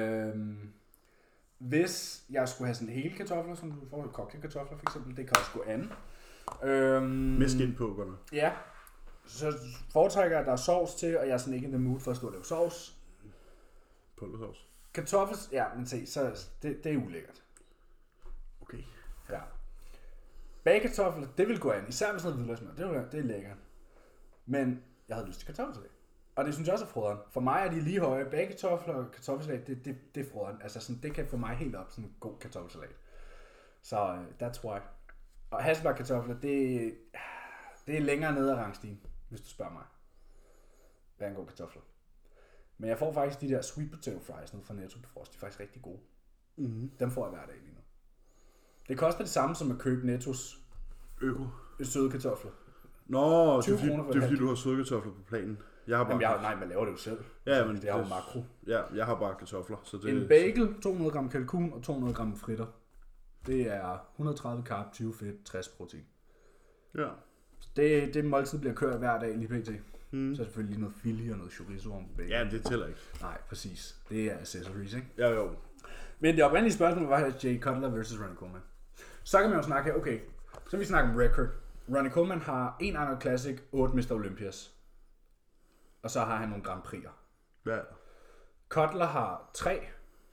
Hvis jeg skulle have sådan hele kartofler, som du får, kogte kartofler for eksempel, det kan også gå an. Med skin på, godt. Ja. Så foretrækker jeg, at der er sovs til, og jeg er sådan ikke in the mood for at stå og lave sovs. Pulversovs. Kartoffels, ja, men se, så det er ulækkert. Okay. Ja. Bagekartofler, det vil gå an, især med sådan noget hvidløgsmad, det er lækkert. Men jeg havde lyst til kartoffelsalat. Og det synes jeg også er froderen. For mig er de lige høje. Bagekartofler og kartoffelsalat, det er froderen. Altså sådan, det kan få mig helt op sådan en god kartoffelsalat. Så that's why. Og hasselbakkartofler, det er længere nede af rangstigen, hvis du spørger mig. Hvad angår kartofler. Men jeg får faktisk de der sweet potato fries nede fra Netto på Frost. De er faktisk rigtig gode. Dem får jeg hver dag lige nu. Det koster det samme som at købe Nettos søde kartofler. Nå, det er fordi du har søde kartofler på planen. Jeg har bare... Nej, man laver det jo selv. Ja, men det er jo makro. Ja, jeg har bare kartofler. Så det... En bagel, 200 gram kalkun og 200 gram fritter. Det er 130 carb, 20 fedt, 60 protein. Ja. Det måltid bliver kørt hver dag lige pt. Så er selvfølgelig lige noget filet og noget chorizo om bagel. Ja, det tæller ikke. Nej, præcis. Det er accessories, ikke? Ja, jo. Men det oprindelige spørgsmål var her Jay Cutler versus Ronnie Coleman. Så kan man jo snakke her, okay, så vi snakker om record. Ronnie Coleman har 1 Arnold Classic, 8 Mr. Olympias. Og så har han nogle Grand Prix'er. Ja. Cutler har 3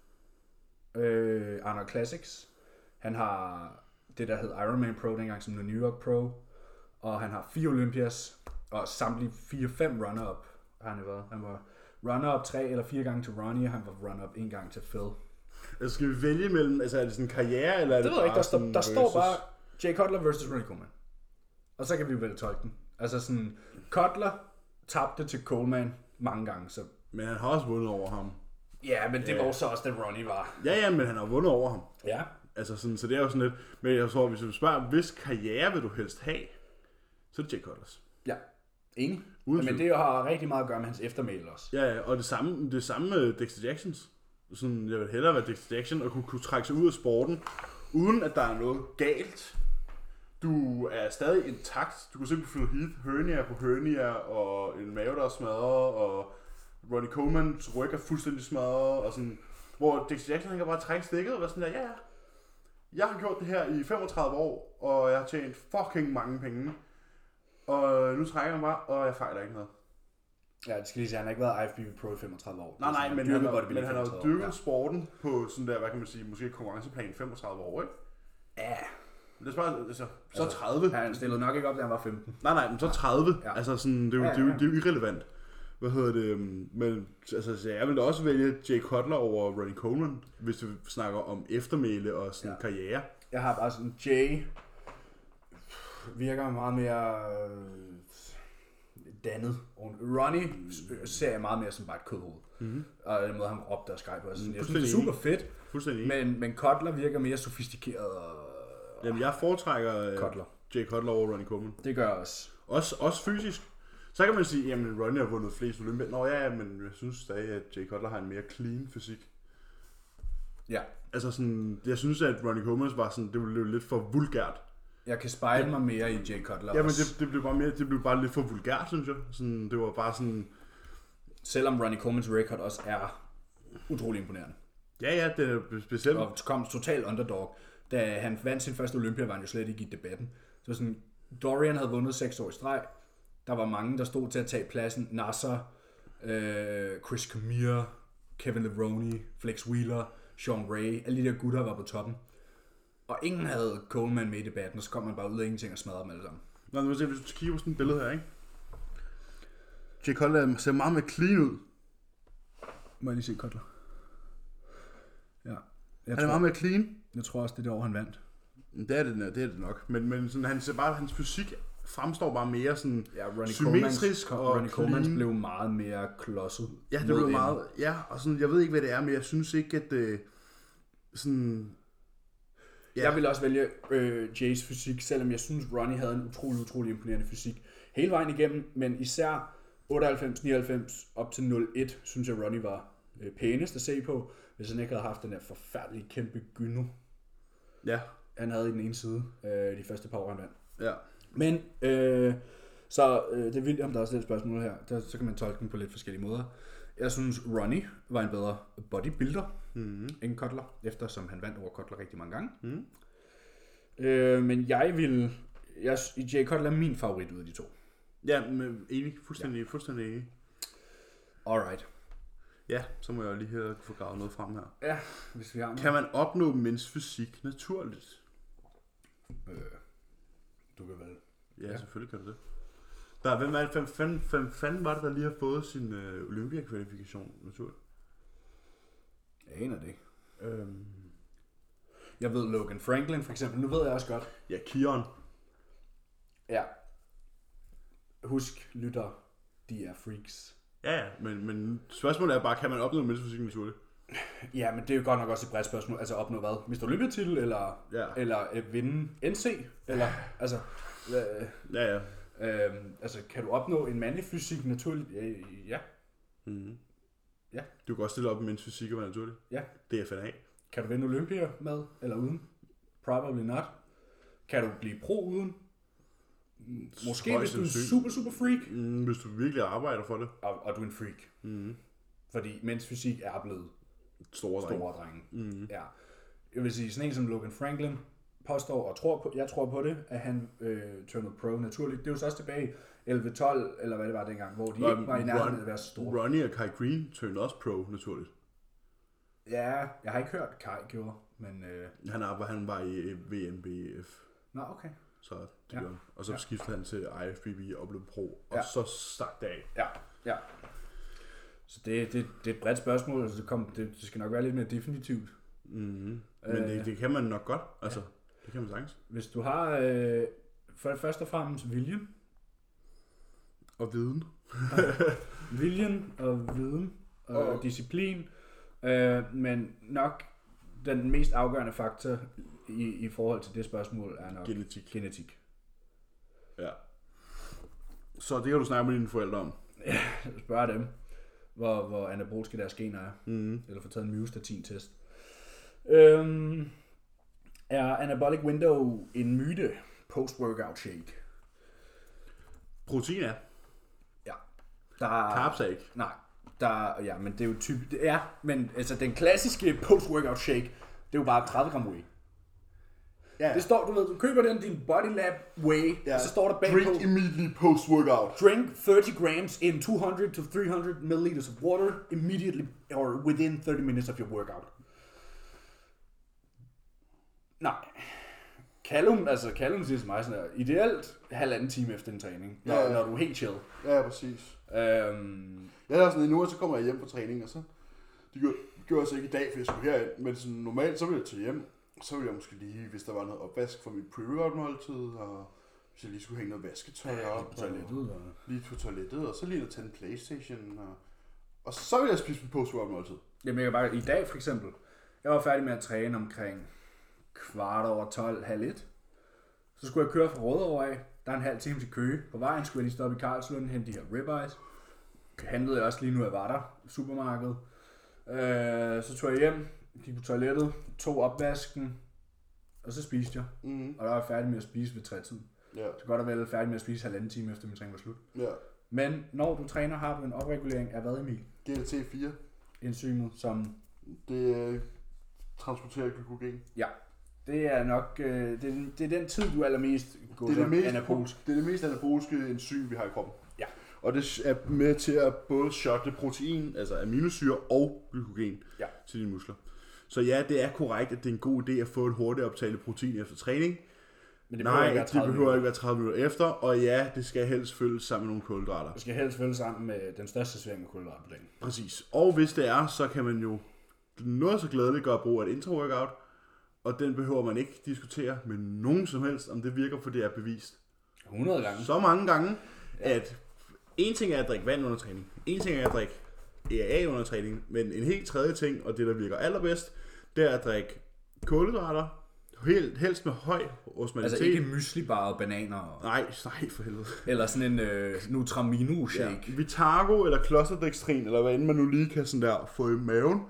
Arnold Classics. Han har det, der hed Ironman Pro dengang, som New York Pro. Og han har 4 Olympias. Og samtlige 4-5 runner-up har han været. Han var runner-up 3 eller 4 gange til Ronnie, og han var runner-up 1 gang til Phil. Altså, skal vi vælge mellem, altså er det sådan en karriere, eller er det ved jeg ikke, der versus... står bare Jay Cutler versus Ronnie Coleman. Og så kan vi jo vel tolke den. Altså sådan, Cutler tabte til Coleman mange gange, så... Men han har også vundet over ham. Ja, men det var så også, da Ronnie var. Ja, men han har vundet over ham. Ja. Altså sådan, så det er jo sådan lidt... Men jeg tror, hvis du spørger, hvis karriere vil du helst have, så er det Jay Cutlers. Ja, enig. Men det har rigtig meget at gøre med hans eftermæle også. Ja, og det samme med Dexter Jacksons. Sådan, jeg vil hellere være Dexter Jackson og kunne trække sig ud af sporten, uden at der er noget galt. Du er stadig intakt. Du kan simpelthen fylde hernia på hernia, og en mave, der er smadret, og Ronnie Colemans ryg er fuldstændig smadret, og sådan, hvor Dexter Jackson kan bare trække stikket og være sådan der, ja, jeg har gjort det her i 35 år, og jeg har tjent fucking mange penge, og nu trækker jeg bare, og jeg fejler ikke noget. Ja, det skal lige sige, han har ikke været IFBB Pro i 35 år. Nej, men han har jo dyrket sporten på sådan der, hvad kan man sige, måske konkurrenceplan 35 år, ikke? Ja. Det er bare, altså, så 30. Han stillede nok ikke op, da han var 15. Nej, men så 30. Ja. Altså sådan, det er jo irrelevant. Hvad hedder det? Men altså, jeg vil da også vælge Jay Cutler over Ronnie Coleman, hvis vi snakker om eftermæle og sådan karriere. Jeg har bare sådan, Jay virker meget mere dannet. Ronnie ser jeg meget mere som bare et kødhoved. Mm-hmm. Og den måde, han råbte og skreg på. Jeg synes, det er super fedt. Men Cutler virker mere sofistikeret. Jamen, jeg foretrækker Jay Cutler over Ronnie Coleman. Det gør jeg også. Også fysisk. Så kan man sige, jamen Ronnie har vundet flest olympier. Nå ja, men jeg synes stadig, at Jay Cutler har en mere clean fysik. Ja. Altså sådan, jeg synes, at Ronnie Coleman var sådan, det blev lidt for vulgært. Jeg kan spejle mig mere i Jay Cutler. Jamen det blev bare lidt for vulgært, synes jeg. Sådan, det var bare sådan... Selvom Ronnie Colemans record også er utrolig imponerende. Ja, det er specielt. Og kom total underdog. Da han vandt sin første Olympia, var han jo slet ikke i debatten. Så sådan, Dorian havde vundet 6 år i streg. Der var mange, der stod til at tage pladsen. Nasser, Chris Camille, Kevin Levrone, Flex Wheeler, Sean Ray. Alle de der gutter var på toppen. Og ingen havde Coleman med i debatten, og så kom man bare ud af ingenting og smadrede dem alle sammen. Nå, nu se, hvis du kigger på sådan et billede her, ikke? Jay Cutler ser meget mere clean ud. Må jeg lige se Cutler? Ja. Han er meget mere clean. Jeg tror også, det er det år, han vandt. Det er det nok. Men sådan, han ser bare, hans fysik fremstår bare mere sådan symmetrisk og Ronnie Coleman blev meget mere klodset. Ja, det blev meget. Ja, og sådan, jeg ved ikke, hvad det er, men jeg synes ikke, at sådan... Yeah. Jeg vil også vælge Jays fysik, selvom jeg synes, Ronnie havde en utrolig imponerende fysik hele vejen igennem, men især 98, 99 op til 01, synes jeg, Ronnie var pænest at se på, hvis han ikke havde haft den der forfærdelige kæmpe gyno. Ja. Han havde i den ene side de første par år, han vandt. Ja. Men, så det er vildt, om der er stillet spørgsmål her, så kan man tolke den på lidt forskellige måder. Jeg synes, Ronnie var en bedre bodybuilder end Cutler, eftersom han vandt over Cutler rigtig mange gange. Men Jay Cutler er min favorit ud af de to. Ja, men enig. Fuldstændig enig. Alright. Ja, så må jeg lige have få gravet noget frem her. Ja, hvis vi har noget. Kan man opnå mænds fysik naturligt? Du kan vel. Ja, selvfølgelig kan du det. Hvem fanden var det, der lige har fået sin Olympia-kvalifikation naturligt? Jeg aner det. Jeg ved Logan Franklin for eksempel. Nu ved jeg også godt. Ja, Kion. Ja. Husk, lytter, de er freaks. Ja, men spørgsmålet er bare, kan man opnå mænds fysik naturligt? Ja, men det er jo godt nok også et bredt spørgsmål. Altså opnå hvad? Mr. Olympia-titel, eller vinde NC? Eller, altså... Ja. Altså, kan du opnå en mandlig fysik naturligt? Ja. Mm-hmm. Ja. Du kan også stille op med mænds fysik og være naturligt. Ja. Det er FNA. Kan du vinde Olympia med eller uden? Probably not. Kan du blive pro uden? Måske hvis du er en super freak. Hvis du virkelig arbejder for det. Og du er en freak. Mm-hmm. Fordi mænds fysik er blevet store drenge. Mm-hmm. Ja. Jeg vil sige, sådan en som Logan Franklin påstår og jeg tror på det, at han turnede pro naturligt. Det er jo så også tilbage 11-12, eller hvad det var dengang, hvor de ikke var i nærheden af at være så store. Ronnie og Kai Green turnede også pro naturligt. Ja, jeg har ikke hørt Kai gjorde, men... Han var i VMBF. Nå, okay. Så det gjorde. Og så skiftede han til IFBB og blev pro, og så stak det af. Ja. Så det er et bredt spørgsmål, altså det skal nok være lidt mere definitivt. Mm-hmm. Men det kan man nok godt, altså. Det kan man sagtens. Hvis du har først og fremmest viljen. Og viden. Viljen og viden og disciplin. Men nok den mest afgørende faktor i forhold til det spørgsmål er nok genetik. Ja. Så det kan du snakke med dine forældre om. Ja, spørg dem, hvor anabolske deres gener er. Mm. Eller få taget en myostatin-test. Er anabolic window en myte post-workout shake? Protein er. Ja. Carbs er ikke. Nej. Men det er jo typisk. Det er, men altså den klassiske post-workout shake, det er jo bare 30 gram whey. Ja. Det står, du køber den din Body Lab Whey, og så står der bagpå. Drink immediately post-workout. Drink 30 grams in 200 to 300 milliliters of water immediately or within 30 minutes of your workout. Nej. Callum siger til mig sådan her, ideelt 1,5 time efter en træning, når du er helt chill. Ja, præcis. Jeg er sådan nu, og så kommer jeg hjem fra træning, og så... Det gjorde jeg så ikke i dag, for jeg skulle herind, men sådan, normalt så ville jeg tage hjem. Så ville jeg måske lige, hvis der var noget opvask for mit pre-workout måltid, og hvis jeg lige skulle hænge noget vasketøj op, lige på toilettet, og så lige at tage en Playstation, og så ville jeg spise mit post-workout måltid. Jamen jeg kan bare, i dag for eksempel, jeg var færdig med at træne omkring 12:15. Så skulle jeg køre fra Rødovre af, der er en halv time til Køge. På vejen skulle jeg lige stoppe i Karlslund, hente de her ribeyes. Handlede jeg også lige nu, jeg var der i supermarkedet. Så tog jeg hjem, gik på toilettet, tog opvasken, og så spiste jeg. Og der var jeg færdig med at spise ved 3-tiden. Så godt og vel færdig med at spise 1,5 time efter min træning var slut. Men når du træner, har du en opregulering af hvad, Emil? GLT4. Enzymet, som... Det transporterer glykogen. Ja. Det er nok, det er den tid, du er allermest går som anabolisk. Det er det mest anaboliske enzym, vi har i kroppen. Ja. Og det er med til at både shotte protein, altså aminosyre og glykogen til dine muskler. Så ja, det er korrekt, at det er en god idé at få et hurtigt optageligt protein efter træning. Men det behøver ikke være 30 minutter efter, og ja, det skal helst følges sammen med nogle kulhydrater. Det skal helst følges sammen med den største sving af kulhydrater på dagen. Præcis. Og hvis det er, så kan man jo noget så glædeligt gøre brug af et intra-workout, og den behøver man ikke diskutere med nogen som helst, om det virker, for det er bevist 100 gange. Så mange gange, at en ting er at drikke vand under træning, en ting er at drikke EAA under træning, men en helt tredje ting, og det der virker allerbedst, det er at drikke kulhydrater, helst med høj osmalitet. Altså ikke myslibar og bananer? Nej, for helvede. Eller sådan en Nutramino shake. Ja, Vitago eller Closterdextrin, eller hvad end man nu lige kan sådan der få i maven.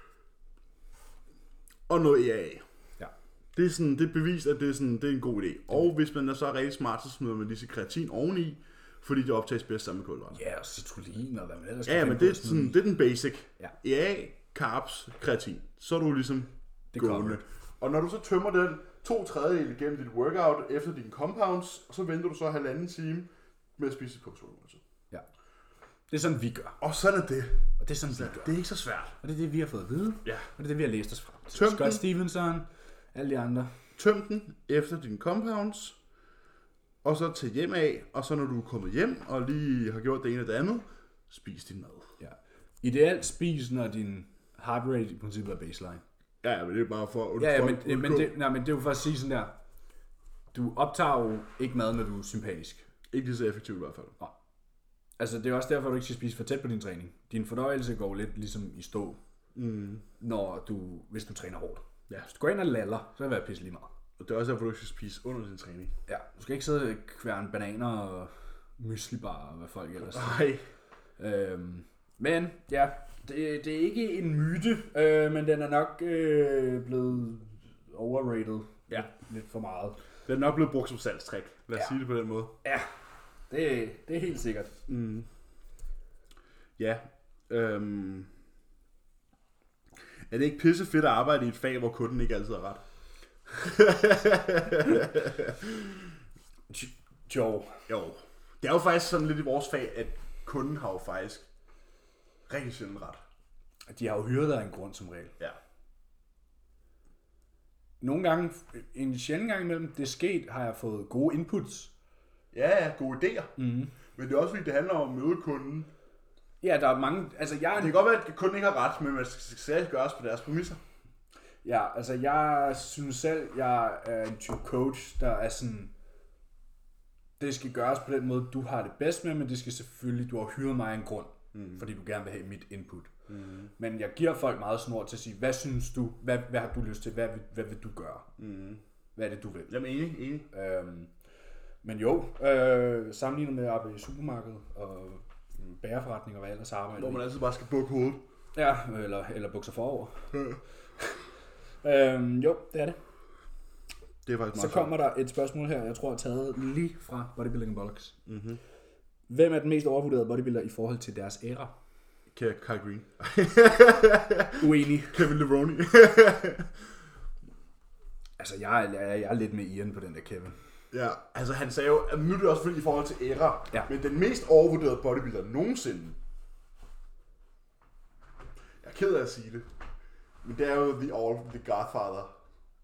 Og noget EAA. Ja. Det er bevist, at det er en god idé. Og hvis man er så rigtig smart, så smider man lige kreatin oveni, fordi det optages bedst sammen med kulhydrater. Ja, og citrullin og hvad man ellers men det er den basic. Ja. EAA, carbs, kreatin. Så er du ligesom gående. Og når du så tømmer den 2/3 igennem dit workout efter dine compounds, så venter du så 1,5 time med at spise på solmåltid. Ja. Det er sådan, vi gør. Og sådan er det. Og det er sådan, vi gør. Det er ikke så svært. Og det er det, vi har fået at vide. Ja. Og det er det, vi har læst os frem til. Scott Stevenson, alle de andre. Tøm den efter dine compounds, og så til hjem af, og så når du er kommet hjem og lige har gjort det ene og det andet, spis din mad. Ja. Ideelt spis, når din heart rate i princippet er baseline. Ja, men det er bare for at men det er jo for at sige sådan der, du optager jo ikke mad, når du er sympatisk. Ikke lige så effektivt i hvert fald. Nej. Altså det er også derfor, du ikke skal spise for tæt på din træning. Din fordøjelse går lidt ligesom i stå, hvis du træner hårdt. Ja. Hvis du går ind og laller, så vil det være pisse lige meget. Og det er også derfor, du ikke skal spise under din træning. Ja, du skal ikke sidde og kværne bananer og myslibar og hvad folk ellers. Nej. Men ja, det er ikke en myte, men den er nok blevet overrated lidt for meget. Den er nok blevet brugt som salgstrik. Lad os sige det på den måde. Ja, det er helt sikkert. Ja. Er det ikke pisse fedt at arbejde i et fag, hvor kunden ikke altid har ret? Jo. Det er jo faktisk sådan lidt i vores fag, at kunden har jo faktisk rigtig sjældent ret. De har jo hyret dig en grund som regel. Ja. Nogle gange, en sjældent gang imellem, det er sket, har jeg fået gode inputs. Ja, gode idéer. Men det er også fordi, det handler om at møde kunden. Ja, der er mange... Altså, det kan godt være, at kunden ikke har ret, men man skal gøres på deres præmisser. Ja, altså jeg synes selv, jeg er en type coach, der er sådan... Det skal gøres på den måde, du har det bedst med, men det skal selvfølgelig... Du har hyret mig en grund, fordi du gerne vil have mit input. Men jeg giver folk meget snor til at sige, hvad synes du? Hvad har du lyst til? Hvad vil du gøre? Hvad er det, du vil? Jamen enig. Men jo, sammenlignet med at arbejde i supermarkedet og bagerforretning og hvad ellers arbejder. Hvor man altid bare skal bukke hovedet. Ja, eller bukser forover. Jo, det er det. Det er faktisk så kommer der et spørgsmål her, jeg tror er taget lige fra Bodybuilding Bollocks. Hvem er den mest overvurderede bodybuilder i forhold til deres æra? Kai Green. Uenig. Kevin Levrone. Altså, jeg er lidt med Ian på den der Kevin. Ja, altså han sagde jo, at nu er det også fordi i forhold til æra, Ja. men den mest overvurderede bodybuilder nogensinde. Jeg er ked af at sige det, men det er jo The Godfather.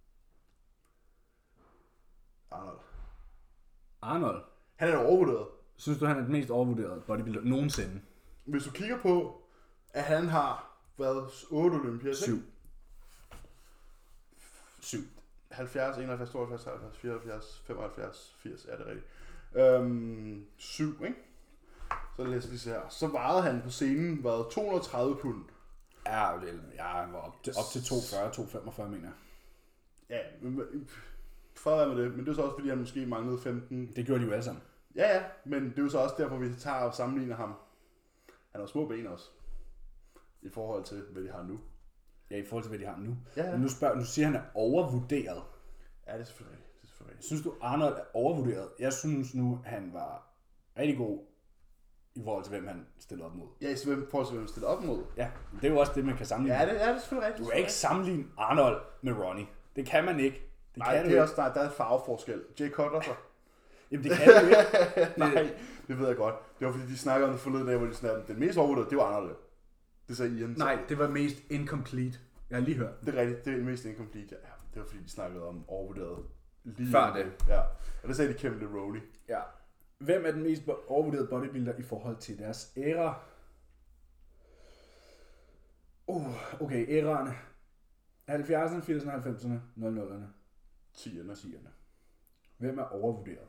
Arnold. Han er overvurderet. Synes du, han er den mest overvurderede bodybuilder nogensinde? Hvis du kigger på, at han har været 8 Olympias, 7. 70, 71, 72, 73, 74, 75, 80, er det rigtigt. 7, ikke? Så lad os lige se her. Så vejede han på scenen, 230 pund. Ja, han var op til 240-245, mener jeg. Ja, fred med det, men det er så også fordi, han måske manglede 15. Det gjorde de jo alle sammen. Ja, men det er jo så også derfor, vi tager og sammenligner ham. Han har små ben også, i forhold til, hvad de har nu. Ja, i forhold til, hvad de har nu. Ja. Men nu siger han er overvurderet. Ja, det er selvfølgelig rigtigt. Synes du, Arnold er overvurderet? Jeg synes nu, han var rigtig god i forhold til, hvem han stillede op mod. Ja, i forhold til, hvem han stillede op mod. Ja, det er jo også det, man kan sammenligne. Ja, det er selvfølgelig rigtigt. Du kan ikke sammenligne Arnold med Ronnie. Det kan man ikke. Nej, det er også, der er et farveforskel. Jay Cutler så. Jamen, det kan du ikke. Nej, det ved jeg godt. Det var fordi, de snakkede om det forleden dag, hvor de snakkede, den mest overvurderede, det var Arnold. Det sagde Ian. Nej, det var mest incomplete. Jeg har lige hørt. Det er rigtigt, det er mest incomplete, ja. Det var fordi, de snakkede om overvurderet. Lige før det. Ja, og det sagde de Kevin Leroney. Ja. Hvem er den mest overvurderede bodybuilder i forhold til deres æra? Okay, æraerne. 70'erne, 80'erne, 90'erne, 00'erne. 10'erne. Hvem er overvurderet?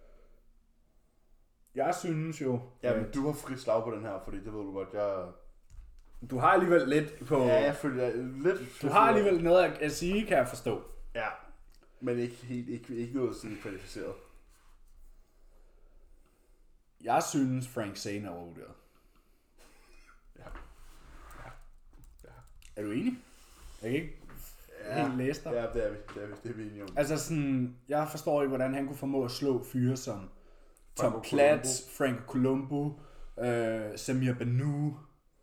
Jeg synes jo... Ja, men du har frit slag på den her, fordi det ved du godt, Du har alligevel lidt på... Ja, jeg føler lidt... Du har alligevel noget at sige, kan jeg forstå. Ja, men ikke noget sådan kvalificeret. Jeg synes, Frank Zane er overvurderet. Ja. Er du enig? Jeg kan ikke helt læse dig. Ja, det er vi enige om. Altså sådan, jeg forstår ikke, hvordan han kunne formå at slå fyre som Tom Colombo. Platz, Frank Colombo, Samir Banu.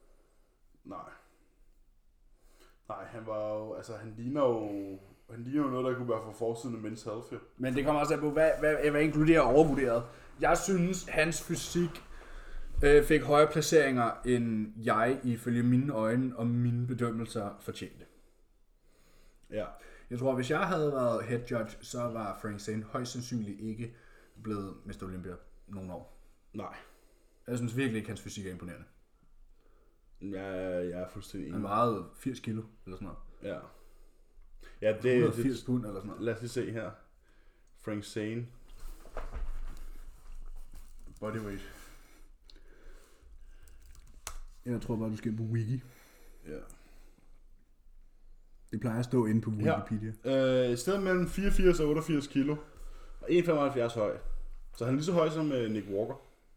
Nej, han var jo, altså han ligner jo noget, der kunne være for forsiden af Men's Health. Men det kommer også af på, hvad inkluderer overvurderet. Jeg synes, hans fysik fik højere placeringer, end jeg ifølge mine øjne og mine bedømmelser fortjente. Ja. Jeg tror, hvis jeg havde været head judge, så var Frank Zane højst sandsynligt ikke blevet Mr. Olympia nogle år. Nej. Jeg synes virkelig ikke, hans fysik er imponerende. Ja, jeg er fuldstændig enig. Han vejede 80 kilo, eller sådan noget. Ja. Ja, det er 180 pund, eller sådan noget. Lad os lige se her. Frank Zane. Bodyweight. Jeg tror bare, du skal på Wiki. Ja. Det plejer at stå inde på Wikipedia. Et sted mellem 84 og 88 kilo. Og 1,75 høj. Så han er lige så høj som Nick Walker.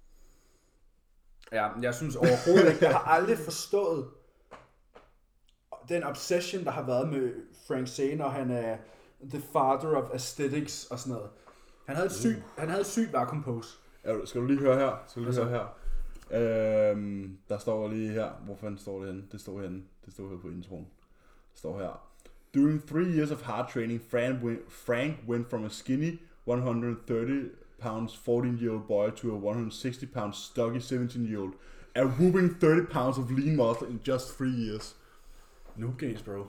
Ja, jeg synes overhovedet ikke, jeg har aldrig forstået den obsession, der har været med Frank Zane, og han er the father of aesthetics og sådan noget. Han havde et sygt vacuum pose. Ja, skal du lige høre her? Der står lige her. Hvor fanden står det henne? Det står her på introen. Det står her. During 3 years of hard training, Frank went from a skinny 130 pounds 14-year-old boy to a 160 pounds stocky 17-year-old. A whooping 30 pounds of lean muscle in just 3 years. Noob gains, bro.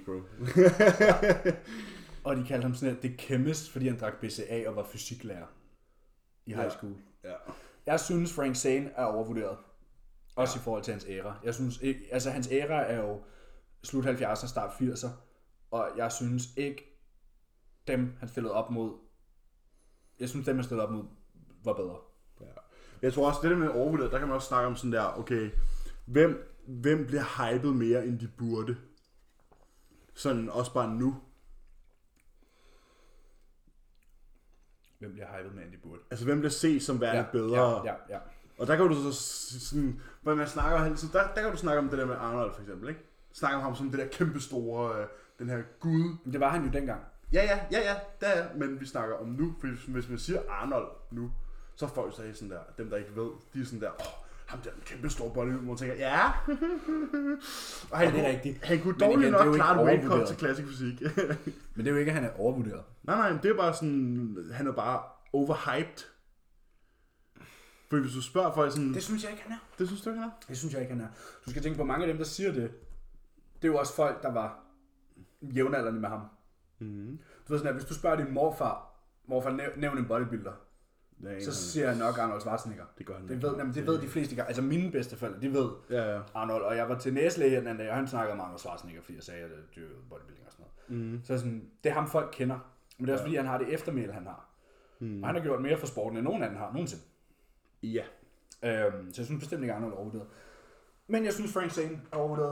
Og de kaldte ham sådan her, The Chemist, fordi han drak BCA og var fysiklærer i high school. Ja. Jeg synes, Frank Zane er overvurderet. Også i forhold til hans æra. Jeg synes ikke, altså hans æra er jo slut 70'er, start 80'er. Og jeg synes ikke, dem han stillede op mod, var bedre. Ja. Jeg tror også, det der med overvurderet, der kan man også snakke om sådan der, okay, hvem bliver hypet mere, end de burde? Sådan også bare nu. Hvem bliver hypet mere, end de burde? Altså, hvem bliver set som værende bedre? Ja. Og der kan du så sådan, hvor man snakker altid, der kan du snakke om det der med Arnold for eksempel, ikke? Snakke om ham som det der kæmpe store, den her gud. Det var han jo dengang. Ja, der er, men vi snakker om nu, for hvis man siger Arnold nu, så er folk så sådan der, dem der ikke ved, de er sådan der, ham der kæmpe store bodybuilder, hvor man tænker, ja. Og det er rigtigt. Han kunne Men dårligt igen, det er jo nok ikke klare et weight cut overvurderet. til klassisk fysik. Men det er jo ikke, at han er overvurderet. Nej, det er bare sådan, han er bare overhyped. For hvis du spørger folk sådan... Det synes jeg ikke, han er. Det synes du ikke, han er? Det synes jeg ikke, han er. Du skal tænke på, mange af dem, der siger det, det er jo også folk, der var jævnaldrende med ham. Mm-hmm. Du ved sådan, at hvis du spørger din morfar nævn en bodybuilder, så siger han nok Arnold Schwarzenegger. Det gør han. Det ved de fleste. Altså mine bedsteforældre, de ved Arnold. Og jeg var til næslæge den anden dag, og han snakkede om Arnold Schwarzenegger, fordi jeg sagde, at det er bodybuilding og sådan noget. Mm. Så sådan, det er ham folk kender. Men det er også fordi, han har det eftermæl, han har. Og han har gjort mere for sporten, end nogen anden har nogensinde. Ja. Så jeg synes bestemt ikke, Arnold er overvurderet. Men jeg synes, Frank Zane er overvurderet.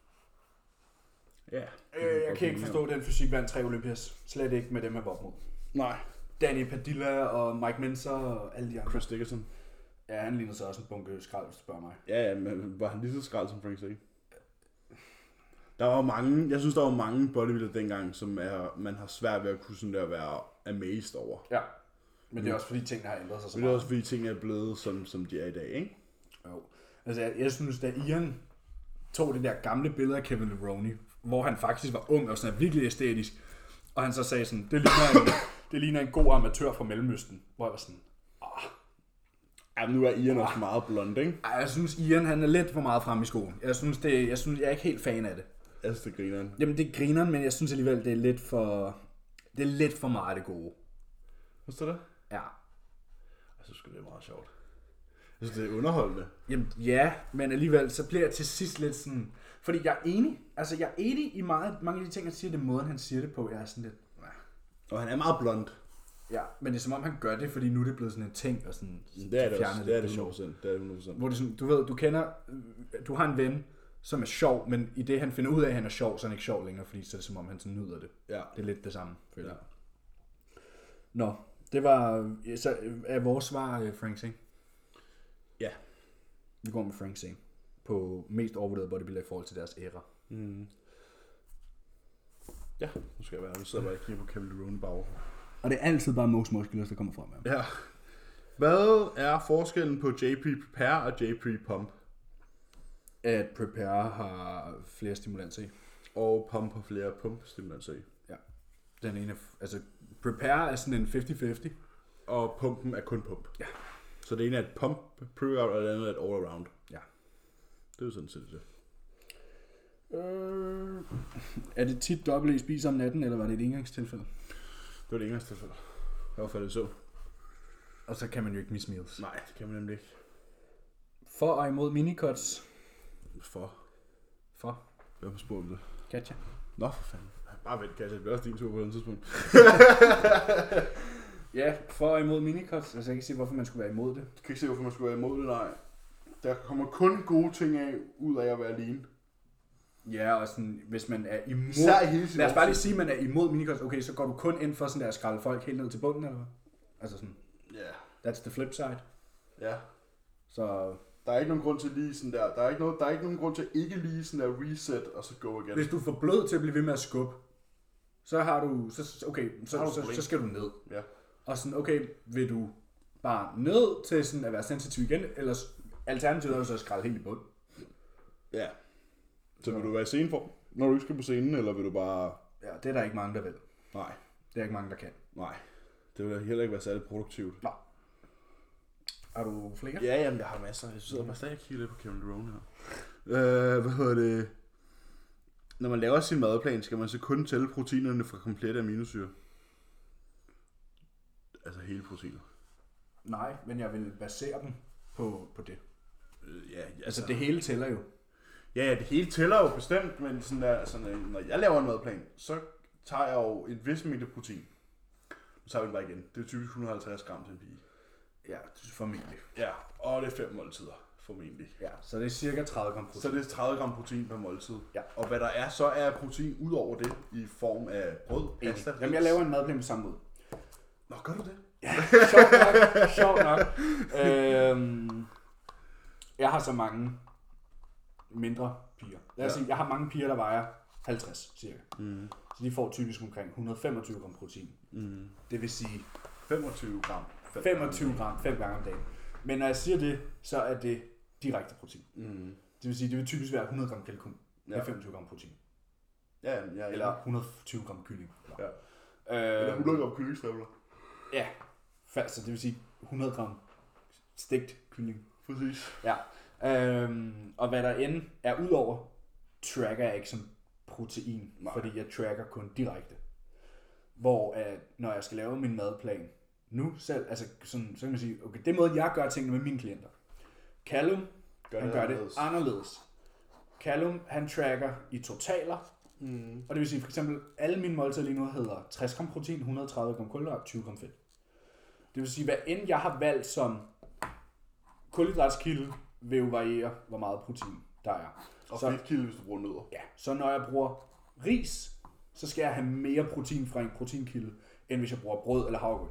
Ja. Jeg kan ikke forstå, den fysik vandt 3 Olympias. Slet ikke med dem, han var op mod. Nej. Danny Padilla og Mike Menzer og alle de andre. Chris Dickerson. Ja, han ligner så også en bunke skrald, hvis du spørger mig. Ja, men var han lige så skrald som Frank Zane? Der var mange, jeg synes, der var mange bodybuildere dengang, som man har svært ved at kunne sådan der være amazed over. Ja, men det er også fordi, tingene har ændret sig så meget. Det er også fordi, tingene er blevet, som de er i dag, ikke? Jo. Altså, jeg synes, da Ian tog det der gamle billede af Kevin Levrone, hvor han faktisk var ung og sådan virkelig æstetisk, og han så sagde sådan, det ligner en god amatør fra Mellemøsten, hvor jeg var sådan, Ja, nu er Ian også meget blond, ikke? Jeg synes, Ian han er lidt for meget frem i skoen. Jeg er ikke helt fan af det. Jeg synes, det griner. Jamen, det griner, men jeg synes alligevel, det er lidt for meget det gode. Synes du det? Ja. Jeg synes det er meget sjovt. Jeg synes, det er underholdende. Jamen, ja, men alligevel, så bliver jeg til sidst lidt sådan... Fordi jeg er enig. Altså, jeg er enig i mange af de ting, han siger, det måden, han siger det på. Jeg er sådan lidt... Og han er meget blond. Ja, men det er som om, han gør det, fordi nu er det blevet sådan en ting, og sådan... Det er det også. Det er det 100%. Det er 100%. Hvor det sådan, du ved, du har en ven, som er sjov, men i det, han finder ud af, at han er sjov, så er han ikke sjov længere, fordi så er det som om, han sådan nyder det. Ja. Det er lidt det samme, føler jeg. Ja. Nå, det var... Så er vores svar Frank Zane? Ja. Vi går med Frank Zane på mest overvurderet bodybuilder i forhold til deres æra. Mm. Ja, nu skal jeg være. Nu sidder jeg bare og kigger på Kevin Levrone bagved. Og det er altid bare Most Musculars, der kommer frem med. Ja. Hvad er forskellen på JP Prepare og JP Pump? At Prepare har flere stimulanser i. Og Pump har flere pumpstimulanser i. Ja. Den ene, altså Prepare er sådan en 50-50. Og pumpen er kun pump. Ja. Så det ene er et pump pre-workout, og det andet er et all-around. Ja. Det er jo sådan set det. Er det tit dobbelt I spiser om natten, eller var det et engangstilfælde? Det var det engangstilfælde. I hvert fald det så. Og så kan man jo ikke miss meals. Nej, det kan man nemlig ikke. For og imod minicuts. For? Hvem har spurgt om det? Katja. Nå for fanden. Bare vent, Katja. Det bliver også din tur på den tidspunkt. Ja, for og imod minicuts. Altså jeg kan ikke se, hvorfor man skulle være imod det. Jeg kan ikke se, hvorfor man skulle være imod det, nej. Der kommer kun gode ting ud af at være alene. Ja, og sådan, hvis man er imod... Lad os bare lige sige, at man er imod minicuts. Okay, så går du kun ind for sådan der at skralde folk helt ned til bunden, eller hvad? Altså sådan... Ja. Yeah. That's the flip side. Ja. Så... Der er ikke nogen grund til lige sådan der. Der er ikke nogen grund til ikke lige sådan der reset, og så go igen. Hvis du får blød til at blive ved med at skubbe, så har du... Så skal du ned. Ja. Og sådan, okay, vil du bare ned til sådan at være sensitiv igen, eller alternativet er jo så at skralde helt i bund. Ja. Så vil du være i sceneform, når du ikke skal på scenen, eller vil du bare... Ja, det er der ikke mange, der vil. Nej. Det er ikke mange, der kan. Nej. Det vil heller ikke være særlig produktivt. Nå. Har du flere? Ja, jamen jeg har masser. Jeg sidder bare stadig og kigger lidt på Kevin Levrone her. Hvad hedder det? Når man laver sin madplan, skal man så kun tælle proteinerne fra komplette aminosyre? Altså hele proteiner? Nej, men jeg vil basere dem på det. Ja, altså det hele tæller jo. Ja, det hele tæller jo bestemt, men sådan der, sådan, når jeg laver en madplan, så tager jeg jo et vis mængde protein. Nu tager vi det bare igen. Det er typisk 150 gram til en pige. Ja, formentlig. Ja, og det er 5 måltider, formentlig. Ja, så det er cirka 30 gram protein. Så det er 30 gram protein per måltid. Ja. Og hvad der er, så er protein ud over det i form af brød, pasta. Jamen, jeg laver en madplan på samme måde. Nå, gør du det? Ja, sjovt nok. Jeg har så mange mindre piger. Lad os sige, jeg har mange piger, der vejer 50 cirka. Mm. Så de får typisk omkring 125 gram protein. Mm. Det vil sige 25 gram. 25 gram 5 gange om dagen. Men når jeg siger det, så er det direkte protein. Det vil sige, det vil typisk være 100 gram kalkun med 25 gram protein. Ja. Eller 120 gram kylling. Ja. Eller 100 gram kyllingstrimler. Ja, så det vil sige 100 gram stegt kylling. Præcis. Ja. Og hvad der end er udover, tracker jeg ikke som protein, fordi jeg tracker kun direkte. Hvor når jeg skal lave min madplan nu selv, altså sådan, så kan man sige, okay, det er måde, jeg gør tingene med mine klienter. Callum, han gør det anderledes. Callum, han tracker i totaler, og det vil sige for eksempel, alle mine måltider lige nu hedder 60 gram protein, 130 gram kulhydrat, 20 gram fedt. Det vil sige, hvad end jeg har valgt som kulhydratskilde, vil jo variere, hvor meget protein der er. Og fedtkilde, hvis du bruger nødder. Ja, så når jeg bruger ris, så skal jeg have mere protein fra en proteinkilde, end hvis jeg bruger brød eller havregryn.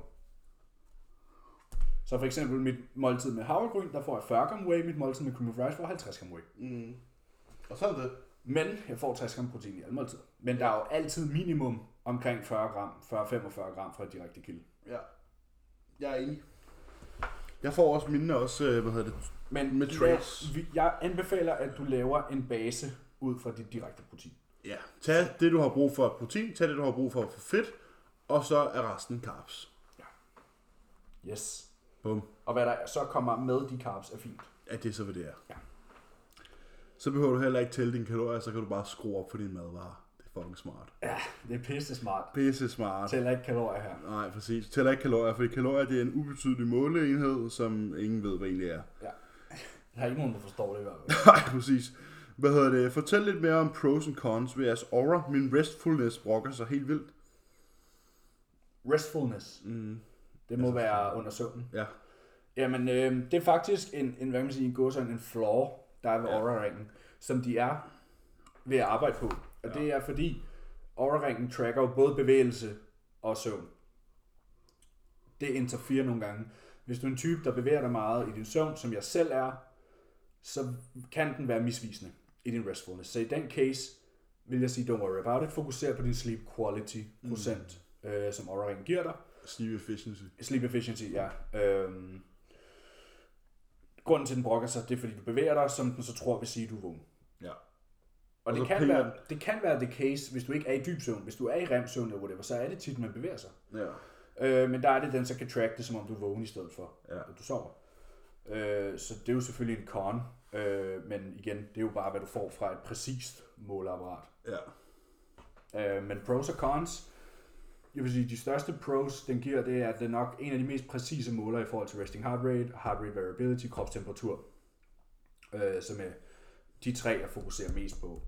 Så for eksempel mit måltid med havregryn, der får jeg 40 gram whey, mit måltid med cream of rice får 50 gram whey. Og så er det. Men jeg får 60 gram protein i alle måltider. Men der er jo altid minimum omkring 40 gram, 40-45 gram fra et direkte kilde. Ja, jeg er enig. Jeg får også mine Men med trace. Jeg anbefaler, at du laver en base ud fra dit direkte protein. Ja, tag det, du har brug for protein, tag det, du har brug for fedt, og så er resten carbs. Ja. Yes. Bum. Og hvad der så kommer med de carbs er fint. Ja, det er så, hvad det er. Ja. Så behøver du heller ikke tælle dine kalorier, så kan du bare skrue op på dine madvarer. Det er fucking smart. Ja, det er pisse smart. Pisse smart. Tæller ikke kalorier her. Nej, præcis. Tæller ikke kalorier, fordi kalorier det er en ubetydelig måleenhed, som ingen ved, hvad egentlig er. Ja. Der er ikke nogen, der forstår det i hvert fald. Nej, præcis. Fortæl lidt mere om pros and cons ved jeres Oura. Min restfulness brokker sig helt vildt. Restfulness? Det må være under søvnen. Ja. Jamen, det er faktisk en hvad kan man sige, en flaw, der er ved Oura-ringen, som de er ved at arbejde på. Og det er fordi, Oura-ringen tracker jo både bevægelse og søvn. Det interferer nogle gange. Hvis du er en type, der bevæger dig meget i din søvn, som jeg selv er, så kan den være misvisende i din restfulness. Så i den case vil jeg sige, don't worry about it. Fokuser på din sleep quality procent, som Oura-ringen giver dig. Sleep efficiency. Sleep efficiency, ja. Grunden til, den brokker sig, det er, fordi du bevæger dig, som den så tror vil sige, du er vågen. Ja. Og det kan være the case, hvis du ikke er i dyb søvn. Hvis du er i rem-søvn eller whatever, så er det tit, man bevæger sig. Ja. Men der er det, den så kan track det, som om du er vågen i stedet for, at du sover. Så det er jo selvfølgelig en con, men igen, det er jo bare, hvad du får fra et præcist måleapparat. Ja. Men pros og cons, jeg vil sige, de største pros, den giver, det er, at det er nok en af de mest præcise måler i forhold til resting heart rate variability, kropstemperatur, som er de tre, jeg fokuserer mest på.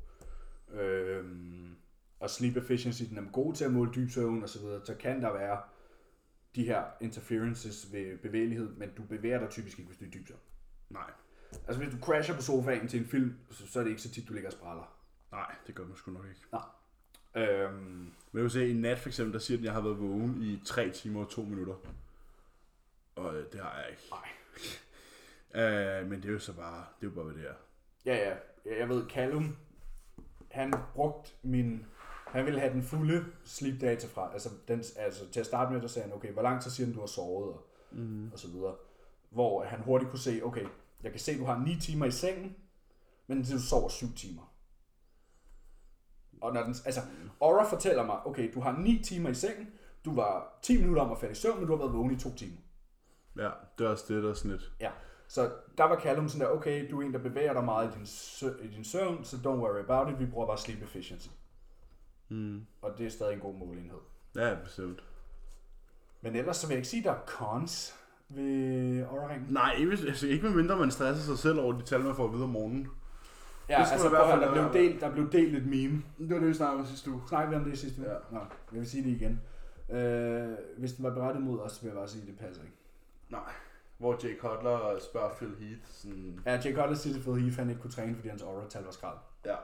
Og sleep efficiency, den er god til at måle dyb søvn og så videre, så kan der være de her interferences ved bevægelighed, men du bevæger dig typisk ikke, hvis du er i dyb søvn. Nej. Altså hvis du crasher på sofaen til en film, så er det ikke så tit, du ligger og spræller. Nej, det gør man sgu nok ikke. Nej. Men jeg vil sige, i nat for eksempel, der siger den, at jeg har været vågen i 3 timer og 2 minutter. Og det har jeg ikke. Nej. Men det er jo så bare, det er jo bare, hvad det er. Ja, jeg ved, Callum, han brugte han ville have den fulde sleep data fra, altså til at starte med, der sagde han, okay, hvor lang tid siger den, du har sovet, og så videre. Hvor han hurtigt kunne se, okay, jeg kan se, du har 9 timer i sengen, men du sover 7 timer. Og når Oura fortæller mig, okay, du har 9 timer i sengen, du var 10 minutter om at falde i søvn, men du har været vågen i 2 timer. Ja, det er også det, der er sådan lidt. Ja, så der var Callum sådan der, okay, du er en, der bevæger dig meget i din søvn, så don't worry about it, vi bruger bare sleep efficiency. Og det er stadig en god måleenhed. Ja, bestemt. Men ellers så vil jeg ikke sige, der er cons ved Oura-ringen. Nej, ikke med mindre man stresser sig selv over de tal, man får at vide om morgenen. Ja, altså der blev delt et meme. Det var det, vi snakkede om sidste uge. Snakkede vi om det sidste uge? Ja. Nå, jeg vil sige det igen. Hvis den var berettet mod os, vil jeg bare sige, at det passer ikke. Nej. Hvor Jake Cutler spørger Phil Heath sådan... Ja, Jake Cutler siger til Phil Heath, han ikke kunne træne, fordi hans Oura-tal var skrald. Ja.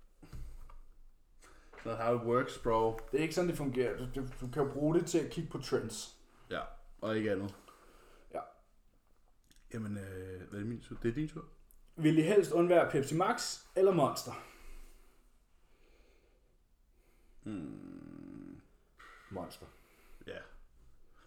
That's how it works, bro. Det er ikke sådan, det fungerer. Du kan jo bruge det til at kigge på trends. Ja, og ikke andet. Ja. Jamen, hvad er det min tur? Det er din tur. Vil I helst undvære Pepsi Max eller Monster? Monster. Ja.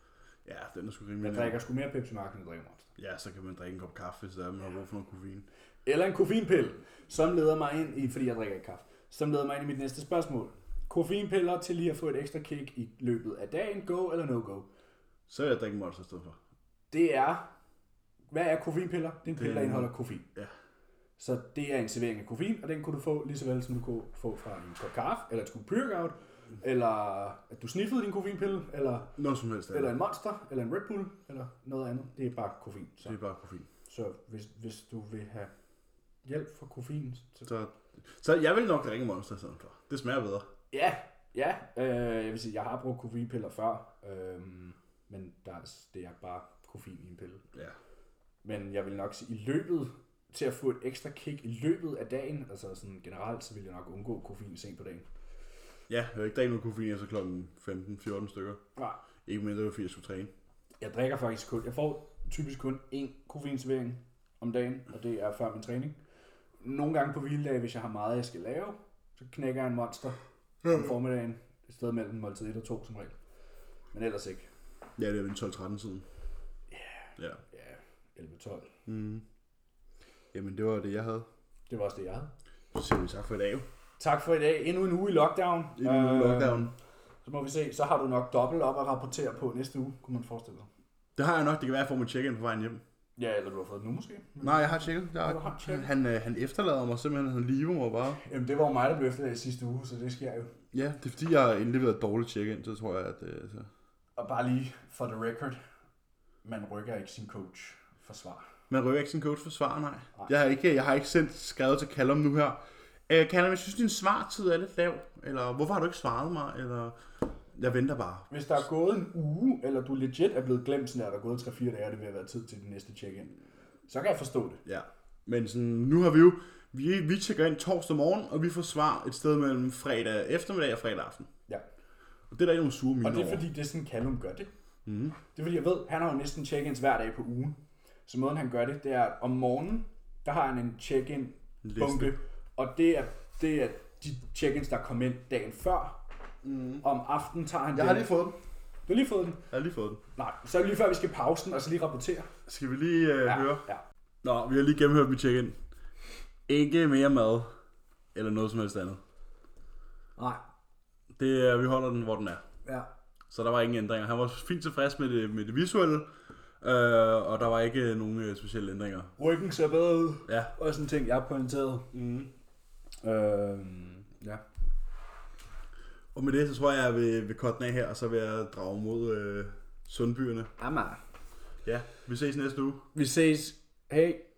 Ja, den er sgu rimelig. Jeg drikker sgu mere Pepsi Max, end jeg drikker Monster. Ja, så kan man drikke en kop kaffe, hvis der er, man har brug for noget koffein. eller en koffeinpille, som leder mig ind i, fordi jeg drikker ikke kaffe, som leder mig ind i mit næste spørgsmål. Koffeinpiller til lige at få et ekstra kick i løbet af dagen, go eller no go? Så vil jeg drikke Monster i stedet for. Det er, hvad er koffeinpiller? Det er en pille, der indeholder koffein. Ja. Så det er en servering af koffein, og den kunne du få lige så vel, som du kunne få fra en kop kaffe, eller et skub pre-workout, eller at du sniffede din koffeinpille, eller noget som helst. eller en Monster, eller en Red Bull, eller noget andet. Det er bare koffein. Det er bare koffein. Så hvis du vil have hjælp fra koffein... Så jeg vil nok drikke Monster i stedet for. Det smager bedre. Ja. Jeg vil sige, jeg har brugt koffeinpiller før, men det er bare koffein i en pille. Ja. Men jeg vil nok sige, i løbet til at få et ekstra kick i løbet af dagen, altså sådan generelt, så vil jeg nok undgå koffein sent på dagen. Ja, jeg vil ikke drikke noget koffein, så klokken 15-14 stykker. Nej. Ikke mindre, fordi jeg skulle træne. Jeg drikker faktisk jeg får typisk kun én koffeinservering om dagen, og det er før min træning. Nogle gange på hviledage, hvis jeg har meget, jeg skal lave, så knækker jeg en Monster om formiddagen, et sted mellem måltid 1 og 2 som regel. Men ellers ikke. Ja, det er vel 12-13 siden. Ja, 11-12. Mm. Jamen, det var det, jeg havde. Det var også det, jeg havde. Så siger vi tak for i dag. Tak for i dag. Endnu en uge i lockdown. Så må vi se. Så har du nok dobbelt op at rapportere på næste uge, kunne man forestille sig. Det har jeg nok. Det kan være, at jeg får mit check-in på vejen hjem. Ja, eller du har fået det nu måske? Nej, jeg har tjekket. Han efterlader mig simpelthen. Han lever mig bare. Jamen, det var jo mig, der blev efterladt i sidste uge, så det sker jo. Ja, det er fordi, jeg har indleveret et dårligt check-in, så tror jeg, at... Så... Og bare lige for the record, man rykker ikke sin coach for svar. Man rykker ikke sin coach for svar, nej. Jeg har ikke skrevet til Callum nu her. Callum, jeg synes, din svartid er lidt lav. Eller hvorfor har du ikke svaret mig? Eller jeg venter bare. Hvis der er gået en uge, eller du legit er blevet glemt, sådan der er gået 3-4 dage, og det vil have været tid til den næste check-in, så kan jeg forstå det. Ja, men sådan, nu har vi jo... Vi tjekker ind torsdag morgen, og vi får svar et sted mellem fredag eftermiddag og fredag aften. Ja. Og det er der ikke nogen sure miner over. Og det er fordi, det er sådan, Callum gør det. Mm. Det er fordi, jeg ved, han har jo næsten check-ins hver dag på ugen. Så måden han gør det, det er, at om morgenen, der har han en check-in bunke, og det er de check-ins, der kom ind dagen før. Mm. Om aftenen tager han Jeg har lige fået den. Du har lige fået den? Jeg har lige fået den. Nej, så er det lige før, vi skal pause den, og så lige rapportere. Skal vi lige høre? Ja. Nå, vi har lige gennemhørt mit check-in. Ikke mere mad, eller noget som helst andet. Nej. Det er, vi holder den, hvor den er. Ja. Så der var ingen ændringer. Han var fint tilfreds med det visuelle, og der var ikke nogen specielle ændringer. Ryggen ser bedre ud. Ja. Og sådan ting, jeg har pointeret. Mm. Ja. Og med det, så tror jeg, at jeg vil korte den af her, og så vil jeg drage mod Sundbyerne. Amager. Ja, vi ses næste uge. Vi ses. Hej.